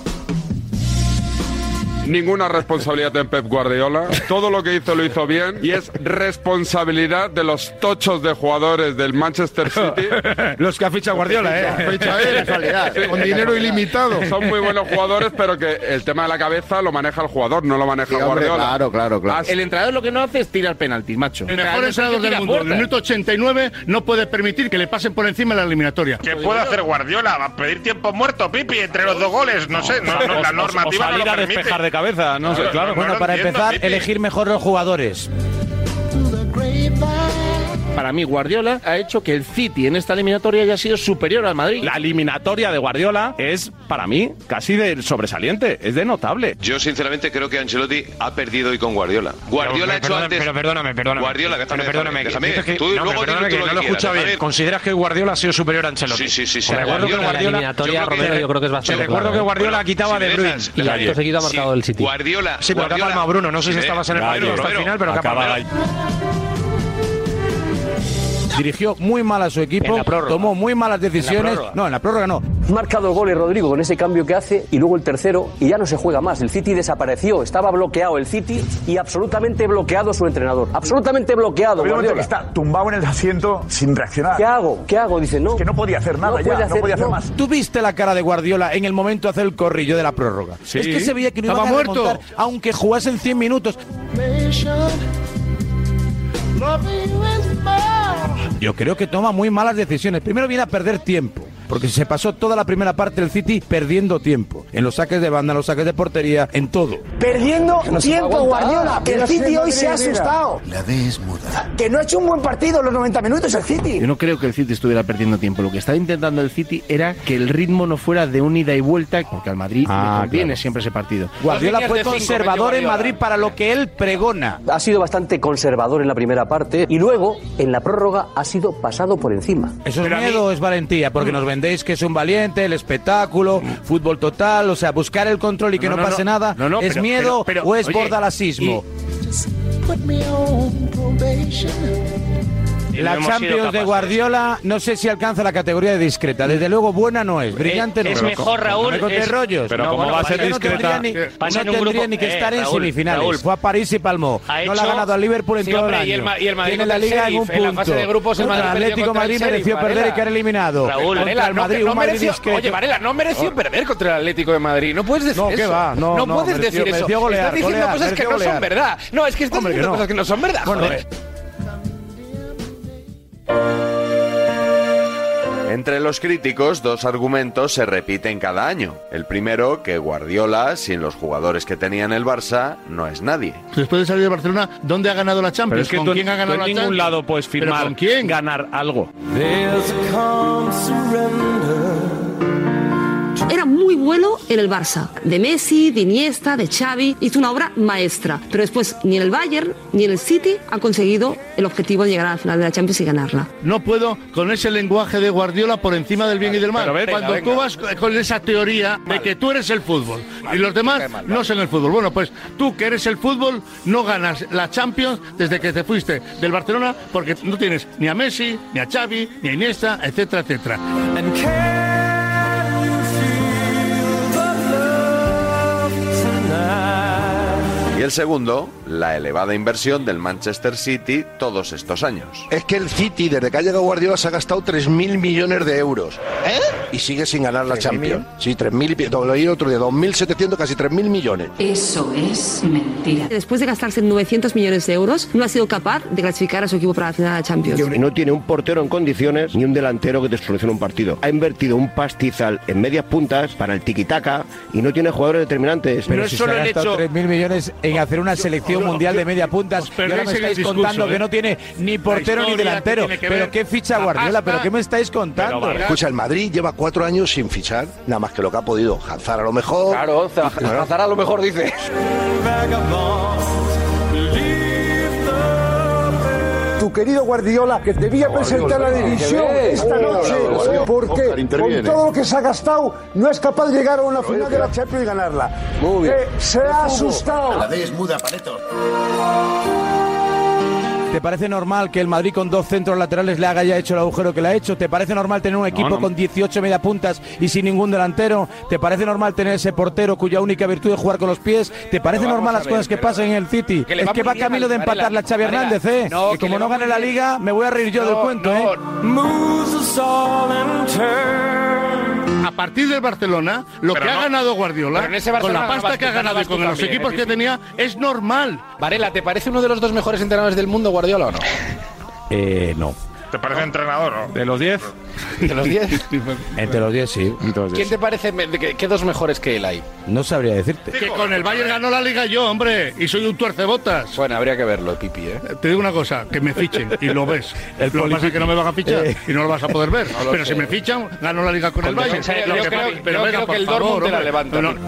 Ninguna responsabilidad en Pep Guardiola. Todo lo que hizo lo hizo bien y es responsabilidad de los tochos de jugadores del Manchester City. Los que ha fichado Guardiola, ¿eh? Ficha él, sí, con dinero ilimitado. Son muy buenos jugadores, pero que el tema de la cabeza lo maneja el jugador, no lo maneja sí, hombre, Guardiola. Claro, claro, claro. El entrenador lo que no hace es tirar penaltis, macho. El mejor entrenador del mundo, en el minuto ochenta y nueve, no puede permitir que le pasen por encima en la eliminatoria. ¿Qué puede hacer Guardiola? ¿Va a pedir tiempo muerto, Pipi, entre los dos goles? No sé, no, no, la normativa o, o no lo permite. Despejar de cabeza, no sé, claro. Bueno, para empezar, elegir mejor los jugadores. Para mí, Guardiola ha hecho que el City en esta eliminatoria haya sido superior al Madrid. La eliminatoria de Guardiola es, para mí, casi de sobresaliente, es de notable. Yo, sinceramente, creo que Ancelotti ha perdido hoy con Guardiola. Guardiola pero, ha hecho perdóname, antes... Pero perdóname, perdóname. Guardiola, que pero perdóname, déjame, que, déjame. que, Tú no, luego perdóname, que, que, lo que no lo he escuchado bien. ¿Consideras que Guardiola ha sido superior a Ancelotti? Sí, sí, sí. sí. Te recuerdo que Guardiola... La eliminatoria, Romero, yo creo que es bastante Te recuerdo que Guardiola ha quitado a De Bruyne. Y acto seguido ha marcado el City. Guardiola... Sí, pero que ha palmado Bruno. No sé si estabas en el partido hasta el final, pero que ha palmado. Dirigió muy mal a su equipo, tomó muy malas decisiones. No, en la prórroga no. Ha marcado el gol Rodrigo con ese cambio que hace y luego el tercero y ya no se juega más. El City desapareció, estaba bloqueado el City y absolutamente bloqueado su entrenador. Absolutamente bloqueado. Que está tumbado en el asiento sin reaccionar. ¿Qué hago? ¿Qué hago? Dice, no. Que no podía hacer nada no ya, hacer, no podía hacer no. más. ¿Tú viste la cara de Guardiola en el momento de hacer el corrillo de la prórroga? Sí. Es que se veía que no estaba iba a muerto, remontar, aunque jugasen cien minutos. Yo creo que toma muy malas decisiones. Primero viene a perder tiempo, porque se pasó toda la primera parte del City perdiendo tiempo. En los saques de banda, en los saques de portería, en todo. Perdiendo no tiempo, Guardiola. Que el City hoy se ha asustado. La D es muda. Que no ha hecho un buen partido en los noventa minutos el City. Yo no creo que el City estuviera perdiendo tiempo. Lo que estaba intentando el City era que el ritmo no fuera de un ida y vuelta, porque al Madrid ah, le conviene claro. siempre ese partido. Guardiola fue conservador en Madrid para lo que él pregona. Ha sido bastante conservador en la primera parte y luego en la prórroga ha sido pasado por encima. ¿Eso es miedo o es valentía? Porque nos vendéis que es un valiente, el espectáculo, fútbol total, o sea, buscar el control y que no, no, no pase no, nada. No, no, ¿Es pero, miedo pero, pero, o es bordalacismo? Y... La Champions de Guardiola no sé si alcanza la categoría de discreta. Desde luego buena no es, brillante no es. Es mejor, Raúl. No me contés es, rollos. Pero no, ¿cómo bueno, va a ser no discreta? Tendría ni, Pasa no en un tendría grupo, ni que eh, estar en Raúl, semifinales. Raúl. Fue a París y palmó. Ha no la ha hecho- ganado al Liverpool en Sí, todo hombre, el año. y el Ma- y el Madrid Tiene la contra el Liga en un Sheriff, punto. en la fase de grupos el Contra Madrid perdió Atlético contra el Madrid Sheriff, mereció perder Varela. y quedar eliminado. Raúl, Contra Varela, el no, Madrid, no un Madrid mereció, discreto. oye, Varela, no mereció perder contra el Atlético de Madrid. No puedes decir No, eso. ¿qué va? No, no, puedes mereció- decir eso. mereció golear, Estás diciendo golear, cosas que mereció no son golear. verdad. No, es que estás Hombre, que diciendo no. cosas que no son verdad. Bueno, Joder. Entre los críticos, dos argumentos se repiten cada año. El primero, que Guardiola, sin los jugadores que tenía en el Barça, no es nadie. Después de salir de Barcelona, ¿dónde ha ganado la Champions? Pero es que ¿Con tú, quién ha tú ganado en la ningún Champions? lado puedes ¿Pero firmar con quién? ganar algo. Era muy bueno en el Barça, de Messi, de Iniesta, de Xavi, hizo una obra maestra, pero después ni en el Bayern ni en el City han conseguido el objetivo de llegar a la final de la Champions y ganarla. No puedo con ese lenguaje de Guardiola por encima del bien y del mal. Pero vete, Cuando venga, tú vas con esa teoría de que tú eres el fútbol y los demás no son el fútbol. Bueno, pues tú que eres el fútbol no ganas la Champions desde que te fuiste del Barcelona porque no tienes ni a Messi, ni a Xavi, ni a Iniesta, etcétera, etcétera. Y el segundo, la elevada inversión del Manchester City todos estos años. Es que el City, desde que ha llegado Guardiola, se ha gastado tres mil millones de euros. ¿Eh? Y sigue sin ganar la Champions. Sí, tres mil y pico. Lo leí otro día, dos mil setecientos, casi tres mil millones. Eso es mentira. Después de gastarse novecientos millones de euros, no ha sido capaz de clasificar a su equipo para la final de la Champions. Y no tiene un portero en condiciones ni un delantero que te solucione un partido. Ha invertido un pastizal en medias puntas para el tiquitaca y no tiene jugadores determinantes. Pero Pero si si solo se ha el hecho gastado tres mil millones en hacer una selección mundial de media puntas y ahora me perdéis en el estáis discurso, contando ¿eh? que no tiene ni portero ni historia delantero. que tiene que Pero ver qué ficha la Guardiola, pasta. pero qué me estáis contando. Escucha, el Madrid lleva cuatro años sin fichar, nada más que lo que ha podido. Hazard a lo mejor. Claro, Hazard a lo mejor dice. Tu querido Guardiola, que debía presentar la división esta noche, porque con todo lo que se ha gastado no es capaz de llegar a una final de la Champions y ganarla. Muy bien. Eh, se ha asustado. La D es muda, Paneto. ¿Te parece normal que el Madrid con dos centros laterales le haga ya hecho el agujero que le ha hecho? ¿Te parece normal tener un equipo no. con dieciocho mediapuntas y sin ningún delantero? ¿Te parece normal tener ese portero cuya única virtud es jugar con los pies? ¿Te parece Pero normal vamos a las ver, cosas que pero- pasan en el City? Que le Es va que muy va bien camino al- de empatar la Xavi Varela, Hernández, ¿eh? no, y que como le no va gane muy la bien. Liga, me voy a reír yo No, del cuento, no. ¿eh? A partir del Barcelona, lo Pero que no. ha ganado Guardiola, Pero en ese con Barcelona la no pasta vas que ha tú, no ganado y vas tú con los también, equipos ¿eh? que tenía, es normal. Varela, ¿te parece uno de los dos mejores entrenadores del mundo, Guardiola, o no? Eh, no. ¿Te parece entrenador, no? De los diez, ¿De los diez? Entre los diez, sí. ¿Quién te parece, me- de qué, qué dos mejores que él hay? No sabría decirte. Que con el Bayern ganó la Liga yo, hombre, y soy un tuercebotas. Bueno, habría que verlo, Pipi, ¿eh? Te digo una cosa, que me fichen y lo ves. El lo que pasa es que no me van a fichar Eh. y no lo vas a poder ver. lo Pero sé. si me fichan, gano la Liga con, el Bayern. defensa de- Lo yo que creo- pasa- yo pero creo venga, que el por Dortmund favor, te la hombre. levanta. No, no.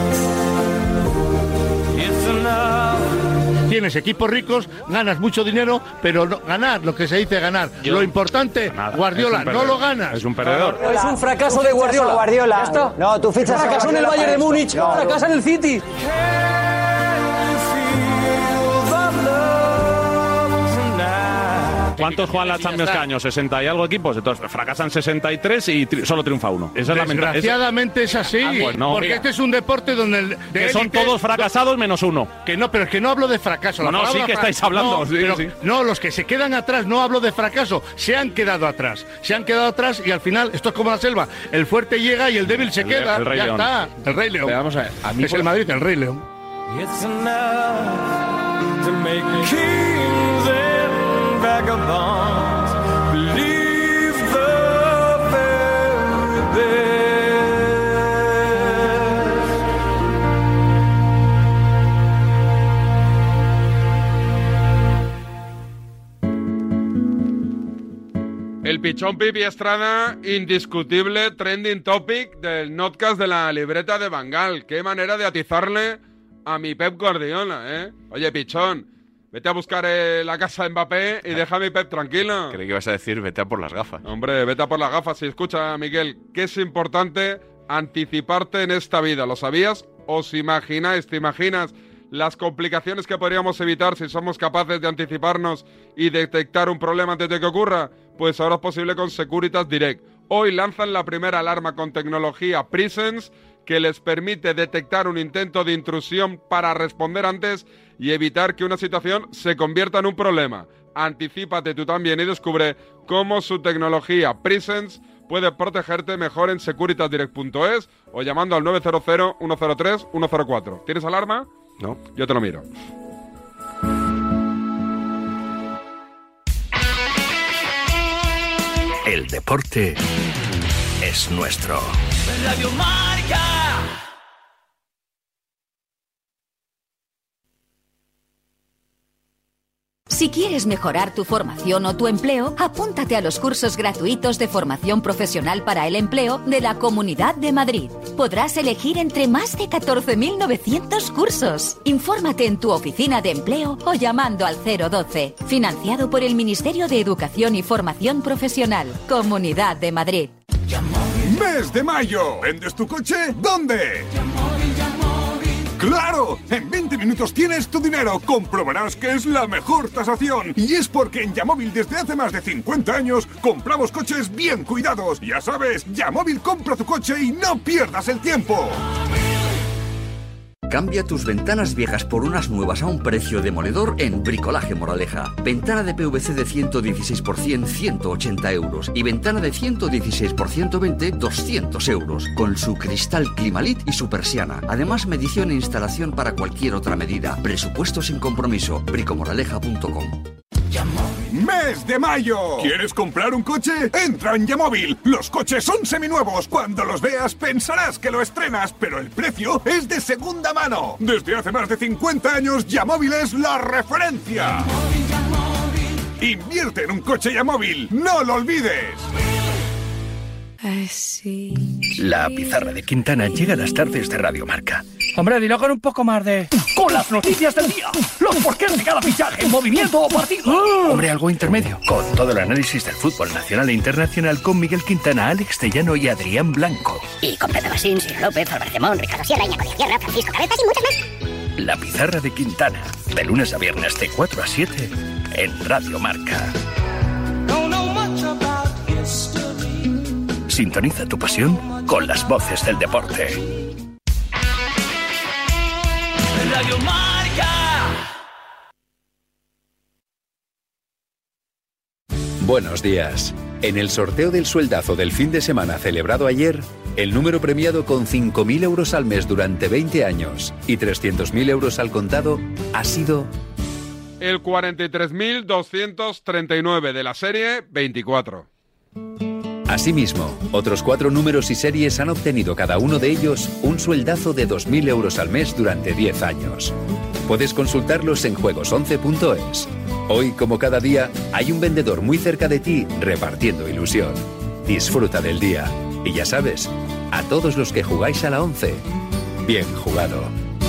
Tienes equipos ricos, ganas mucho dinero, pero no, ganar, lo que se dice ganar. Lo importante, Nada, Guardiola, es un no perdedor. lo ganas. Es un perdedor. Es un fracaso de Guardiola. Guardiola. Ya está. No, tú fichas a Fracasó en el Guardiola Bayern para de esto. Múnich, No, fracasa en el City. ¿Cuántos juegan la Champions cada año? ¿sesenta y algo equipos? Entonces fracasan sesenta y tres y tri- solo triunfa uno. Esa es la menta- es- Desgraciadamente es así, Ah, pues no. porque Mira. este es un deporte donde el, de que son élite- todos fracasados menos uno. Que no, pero es que no hablo de fracaso. La No, no, palabra sí que fra- estáis hablando, No, sí, pero- sí. no, los que se quedan atrás, no hablo de fracaso, se han quedado atrás. Se han quedado atrás y al final, esto es como la selva, el fuerte llega y el débil se El- queda. el Rey ya León. está, el Rey León. Pero vamos a ver, a mí es por- el Madrid, el Rey León. El pichón Pipi Estrada, indiscutible trending topic del notcast de la libreta de Bangal. Qué manera de atizarle a mi Pep Guardiola, ¿eh? Oye, pichón, vete a buscar eh, la casa de Mbappé y deja a mi Pep tranquilo. Creí que ibas a decir vete a por las gafas. Hombre, vete a por las gafas. Y escucha, Miguel, que es importante anticiparte en esta vida. ¿Lo sabías? ¿Os imagináis? ¿Te imaginas las complicaciones que podríamos evitar si somos capaces de anticiparnos y detectar un problema antes de que ocurra? Pues ahora es posible con Securitas Direct. Hoy lanzan la primera alarma con tecnología Presence que les permite detectar un intento de intrusión para responder antes y evitar que una situación se convierta en un problema. Anticípate tú también y descubre cómo su tecnología Presence puede protegerte mejor en securitas direct punto es o llamando al nueve cero cero, uno cero tres, uno cero cuatro. ¿Tienes alarma? No. Yo te lo miro. El deporte es nuestro. Radio Marca. Si quieres mejorar tu formación o tu empleo, apúntate a los cursos gratuitos de formación profesional para el empleo de la Comunidad de Madrid. Podrás elegir entre más de catorce mil novecientos cursos. Infórmate en tu oficina de empleo o llamando al cero doce. Financiado por el Ministerio de Educación y Formación Profesional. Comunidad de Madrid. ¡Mes de mayo! ¿Vendes tu coche? ¿Dónde? ¡Claro! En veinte minutos tienes tu dinero. Comprobarás que es la mejor tasación. Y es porque en Yamóvil desde hace más de cincuenta años compramos coches bien cuidados. Ya sabes, Yamóvil compra tu coche y no pierdas el tiempo. Cambia tus ventanas viejas por unas nuevas a un precio demoledor en Bricolaje Moraleja. Ventana de P V C de ciento dieciséis por ciento, ciento ochenta euros. Y ventana de ciento dieciséis por ciento veinte, doscientos euros. Con su cristal Climalit y su persiana. Además, medición e instalación para cualquier otra medida. Presupuesto sin compromiso. bricomoraleja punto com. ¡Mes de mayo! ¿Quieres comprar un coche? ¡Entra en Yamóvil! Los coches son seminuevos. Cuando los veas pensarás que lo estrenas, pero el precio es de segunda mano. Desde hace más de cincuenta años, Yamóvil es la referencia. Invierte en un coche Yamóvil. ¡No lo olvides! La pizarra de Quintana llega a las tardes de Radio Marca. Hombre, dilo con un poco más de... Con las noticias del día, los porqués de cada fichaje, movimiento o partido. Hombre, algo intermedio. Con todo el análisis del fútbol nacional e internacional con Miguel Quintana, Alex Tellano y Adrián Blanco. Y con Pepe Basín, Ciro López, Álvaro Demón, Ricardo Sierra, Iñaco de Tierra, Francisco Cabezas y muchos más. La pizarra de Quintana, de lunes a viernes de cuatro a siete en Radio Marca. Sintoniza tu pasión con las voces del deporte. Radio Marca. Buenos días. En el sorteo del sueldazo del fin de semana celebrado ayer, el número premiado con cinco mil euros al mes durante veinte años y trescientos mil euros al contado ha sido... El cuarenta y tres mil doscientos treinta y nueve de la serie veinticuatro. Asimismo, otros cuatro números y series han obtenido cada uno de ellos un sueldazo de dos mil euros al mes durante diez años. Puedes consultarlos en juegos once punto es. Hoy, como cada día, hay un vendedor muy cerca de ti repartiendo ilusión. Disfruta del día. Y ya sabes, a todos los que jugáis a la once, bien jugado.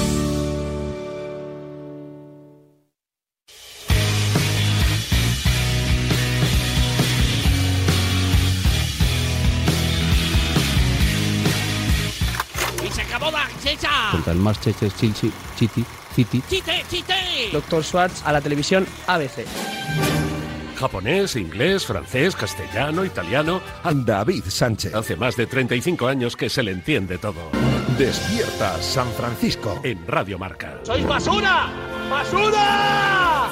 Contra el Manchester Chelsea, City, City. ¡Chite, chite! Doctor Schwartz a la televisión A B C. Japonés, inglés, francés, castellano, italiano. David Sánchez. Hace más de treinta y cinco años que se le entiende todo. Despierta San Francisco. En Radio Marca. ¡Sois basura! ¡Basura!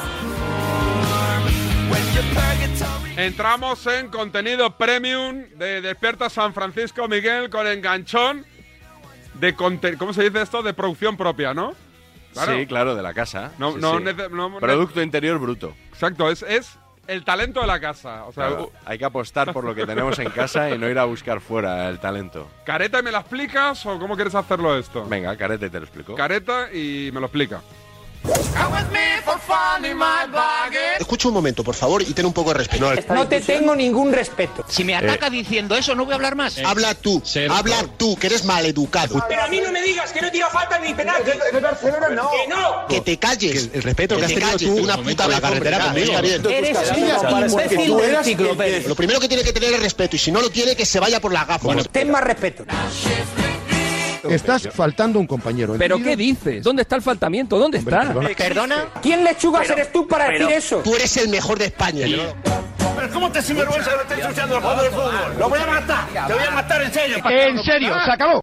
Entramos en contenido premium de Despierta San Francisco, Miguel, con enganchón. De conte- ¿Cómo se dice esto? De producción propia, ¿no? Claro. Sí, claro, de la casa. No, sí, no, sí. nece- no Producto interior bruto. Exacto, es, es el talento de la casa. O sea, Claro, uh, hay que apostar por lo que tenemos en casa y no ir a buscar fuera el talento. ¿Careta y me la explicas o cómo quieres hacerlo esto? Venga, careta y te lo explico. Careta y me lo explica. Escucha un momento, por favor, y ten un poco de respeto. No te tengo ningún respeto. Si me ataca eh. diciendo eso, no voy a hablar más. Eh, habla tú, habla tú, que eres maleducado. Pero a mí no me digas que no tira falta ni penalti. De Barcelona no. Que no. Que te calles. Que el respeto que, que has tenido tú una puta en la carretera conmigo. Eres un imbécil de enciclopedia. Lo primero que tiene que tener es respeto, y si no lo tiene, que se vaya por la gafa. Bueno, ten más respeto. Estás faltando a un compañero. ¿Pero ¿entendido? qué dices? ¿Dónde está el faltamiento? ¿Dónde Hombre, está? perdona. ¿Perdona? ¿Quién lechugas Pero- eres tú para pero decir eso? Tú eres el mejor de España. Pero ¿cómo te sinvergüenza que me estés ensuciando el juego del fútbol? ¡Lo voy a matar! ¡Te voy a matar en serio! En serio, se acabó.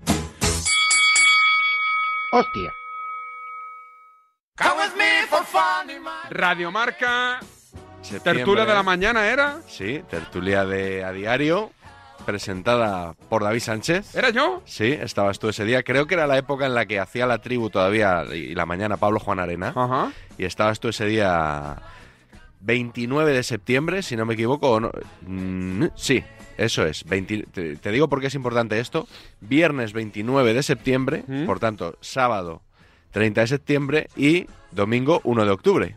Hostia. Radio Marca, Septiembre. tertulia de la mañana era. Sí, tertulia de A Diario, presentada por David Sánchez. ¿Era yo? Sí, estabas tú ese día. Creo que era la época en la que hacía la tribu todavía y la mañana Pablo Juan Arena. Ajá. Y estabas tú ese día veintinueve de septiembre, si no me equivoco. O no. Mm, sí, eso es. veinte te, te digo por qué es importante esto. Viernes veintinueve de septiembre, ¿Mm? por tanto, sábado treinta de septiembre y domingo uno de octubre.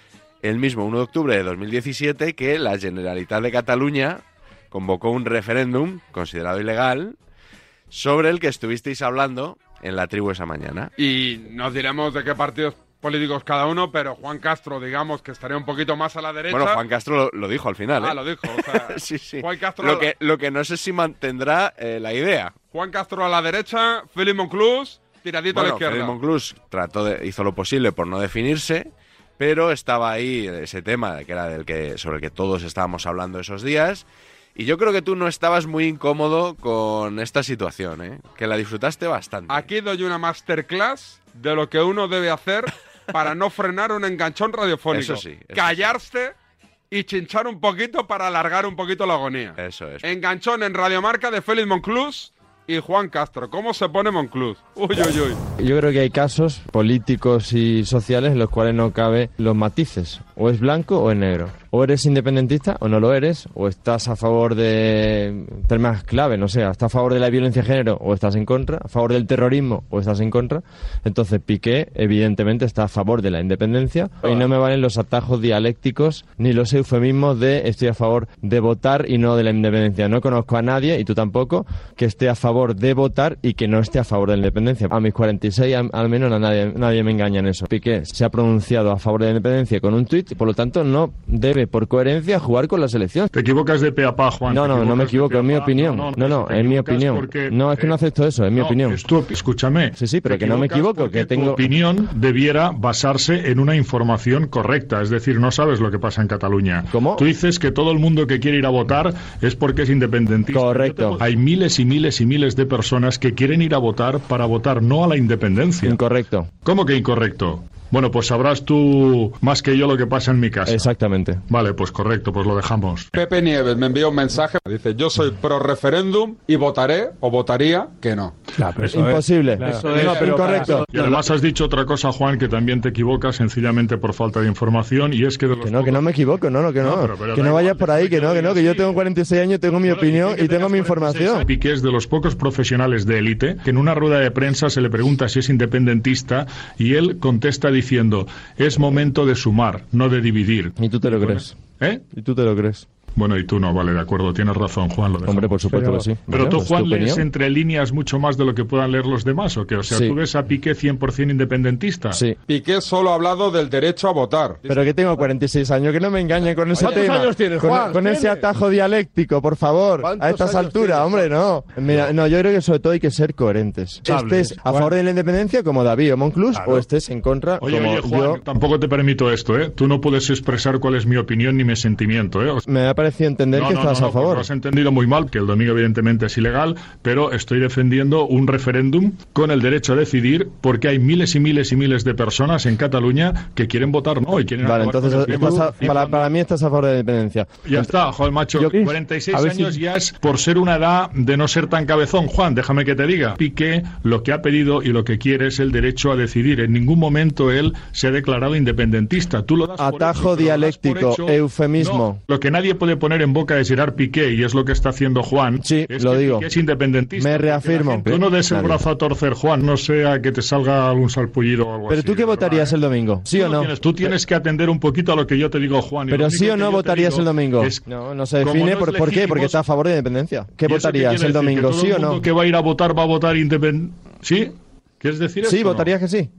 El mismo uno de octubre de dos mil diecisiete que la Generalitat de Cataluña convocó un referéndum considerado ilegal sobre el que estuvisteis hablando en la tribu esa mañana. Y nos diremos de qué partidos políticos cada uno, pero Juan Castro, digamos que estaría un poquito más a la derecha. Bueno, Juan Castro lo, lo dijo al final, ¿eh? Ah, lo dijo. O sea, sí, sí. Juan Castro Lo que, lo que no sé si mantendrá eh, la idea. Juan Castro a la derecha, Félix Monclús, tiradito Bueno, a la izquierda. Félix Monclús trató de, hizo lo posible por no definirse, pero estaba ahí ese tema que era del que sobre el que todos estábamos hablando esos días. Y yo creo que tú no estabas muy incómodo con esta situación, ¿eh? Que la disfrutaste bastante. Aquí doy una masterclass de lo que uno debe hacer para no frenar un enganchón radiofónico. Eso sí, eso Callarse y chinchar un poquito para alargar un poquito la agonía. Eso es. Enganchón en Radiomarca de Félix Monclús y Juan Castro. ¿Cómo se pone Monclús? Uy, uy, uy. Yo creo que hay casos políticos y sociales en los cuales no cabe los matices. O es blanco o es negro. O eres independentista o no lo eres. O estás a favor de temas clave, no sé, estás a favor de la violencia de género o estás en contra. A favor del terrorismo o estás en contra. Entonces Piqué evidentemente está a favor de la independencia. Y no me valen los atajos dialécticos ni los eufemismos de estoy a favor de votar y no de la independencia. No conozco a nadie, y tú tampoco, que esté a favor de votar y que no esté a favor de la independencia. A mis cuarenta y seis al, al menos a nadie, nadie me engaña en eso. Piqué se ha pronunciado a favor de la independencia con un tuit y por lo tanto no debe por coherencia jugar con la selección. Te equivocas de pe a pa, Juan. No, no, no me equivoco, es mi opinión. No, no, no, es mi opinión. Porque, no, es que no acepto eso, es mi no, opinión. Es tu, escúchame. Sí, sí, pero que no me equivoco, que tengo... Tu opinión debiera basarse en una información correcta, es decir, no sabes lo que pasa en Cataluña. ¿Cómo? Tú dices que todo el mundo que quiere ir a votar es porque es independentista. Correcto. Hay miles y miles y miles de personas que quieren ir a votar para votar no a la independencia. Incorrecto. ¿Cómo que incorrecto? Bueno, pues sabrás tú más que yo lo que pasa en mi casa. Exactamente. Vale, pues correcto, pues lo dejamos. Pepe Nieves me envía un mensaje. Dice, yo soy pro referéndum y votaré o votaría que no. Claro, pero eso Imposible. Es, claro. Eso es, no, pero incorrecto. Y además has dicho otra cosa, Juan, que también te equivocas sencillamente por falta de información, y es que de los Que no, pocos... que no me equivoco, no, no, que no. no pero, pero que no vayas por ahí, que no, que no, que yo tengo cuarenta y seis años, tengo mi bueno, opinión y, y tengo mi información. Piqué es de los pocos profesionales de élite que en una rueda de prensa se le pregunta si es independentista y él contesta diciendo... Es momento de sumar, no de dividir. ¿Y tú te lo crees? ¿Eh? ¿Y tú te lo crees? Bueno, y tú no, vale, de acuerdo, tienes razón, Juan. Lo Hombre, por supuesto pero, que sí. Pero bueno, tú, Juan, lees opinión? entre líneas mucho más de lo que puedan leer los demás, ¿o qué? O sea, sí. ¿Tú ves a Piqué cien por ciento independentista? Sí. Piqué solo ha hablado del derecho a votar. Pero que tengo cuarenta y seis años, que no me engañen con ese ¿Cuántos tema. años tienes, Juan? Con, con ese atajo dialéctico, por favor, a estas alturas, hombre, no. Mira, no, yo creo que sobre todo hay que ser coherentes. Estés a favor de la independencia como David o Monclús, claro. o estés en contra oye, como oye, Juan, yo. Tampoco te permito esto, ¿eh? Tú no puedes expresar cuál es mi opinión ni mi sentimiento, ¿eh? O sea, me ha parecido entender no, que no, estás no, a favor. Lo has entendido muy mal, que el domingo evidentemente es ilegal, pero estoy defendiendo un referéndum con el derecho a decidir, porque hay miles y miles y miles de personas en Cataluña que quieren votar no y quieren vale, entonces estás a, para, cuando... para mí estás a favor de la independencia. Ya Ent... está, joder, macho, yo, cuarenta y seis años si... ya es por ser una edad de no ser tan cabezón. Juan, déjame que te diga, Piqué lo que ha pedido y lo que quiere es el derecho a decidir. En ningún momento él se ha declarado independentista. Tú lo das Atajo por hecho, dialéctico, hecho, eufemismo. No, lo que nadie puede poner en boca de Gerard Piqué, y es lo que está haciendo Juan, sí, es lo que digo. Piqué es independentista. Me reafirmo. Tú no des el brazo a torcer, Juan, no sea que te salga algún salpullido o algo Pero así. tú qué votarías el domingo, ¿sí tú o no? Tienes, tú tienes que atender un poquito a lo que yo te digo, Juan. Pero sí o no votarías el domingo. Es, no, no se define no por, por qué, porque está a favor de la independencia. ¿Qué votarías que el domingo, decir, sí o no? Todo el mundo que va a ir a votar va a votar independiente. ¿Sí? ¿Quieres decir eso? Sí, votarías que sí.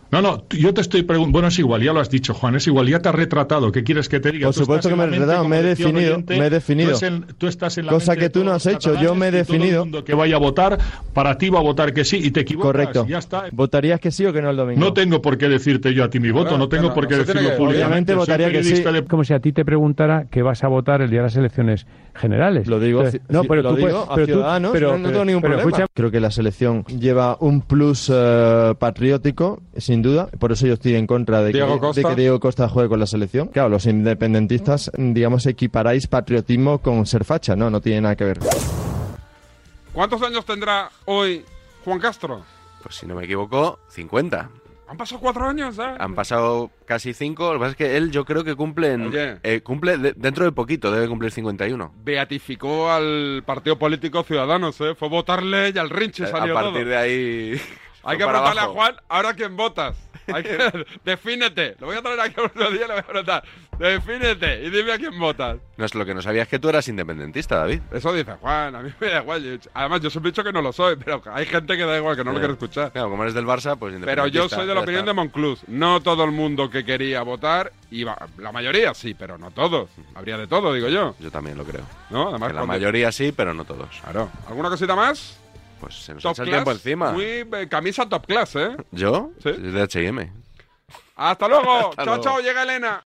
No, no, yo te estoy preguntando. Bueno, es igual, ya lo has dicho, Juan, es igual, ya te has retratado. ¿Qué quieres que te diga? Por Tú supuesto que me he retratado, me he definido, oyente, me he definido. Tú, en, tú estás en la Cosa mente que tú no has hecho, yo me he definido. Todo el mundo que vaya a votar, para ti va a votar que sí, y te equivocas. Correcto. Ya está. ¿Votarías que sí o que no el domingo? No tengo por qué decirte yo a ti mi voto, no tengo por qué decirlo públicamente. Obviamente votaría que sí. De... Como si a ti te preguntara que vas a votar el día de las elecciones generales. Lo digo, Entonces, no, pero lo tú digo puedes, a pero ciudadanos, tú, pero, no, no tengo ningún pero, problema. Escucha... Creo que la selección lleva un plus uh, patriótico, sin duda, por eso yo estoy en contra de que, de que Diego Costa juegue con la selección. Claro, los independentistas, digamos, equiparáis patriotismo con ser facha, no, no tiene nada que ver. ¿Cuántos años tendrá hoy Juan Castro? Pues si no me equivoco, cincuenta. Han pasado cuatro años, ¿eh? Han pasado casi cinco. Lo que pasa es que él, yo creo que cumple, en, eh, cumple de, dentro de poquito, debe cumplir cincuenta y uno. Beatificó al partido político Ciudadanos, ¿eh? Fue votarle y al rinche salió todo. A partir todo. de ahí... Hay que preguntarle a Juan, ¿ahora quién votas? Hay que... Defínete. Lo voy a traer aquí otro día y lo voy a preguntar. Defínete y dime a quién votas. No, es lo que no sabía es que tú eras independentista, David. Eso dice Juan, a mí me da igual. Además, yo siempre he dicho que no lo soy, pero hay gente que da igual, que no sí. lo quiere escuchar. Claro, como eres del Barça, pues independentista. Pero yo soy de la opinión está. de Monclús. No todo el mundo que quería votar iba. La mayoría sí, pero no todos. Habría de todo, digo yo. Yo también lo creo. ¿No? Además, que la mayoría sí, pero no todos. Claro. ¿Alguna cosita más? Pues se nos top echa el class, tiempo encima. Muy eh, camisa top class, ¿eh? ¿Yo? Sí. Es de H y M. Hasta luego. Hasta chao, luego. chao. Llega Elena.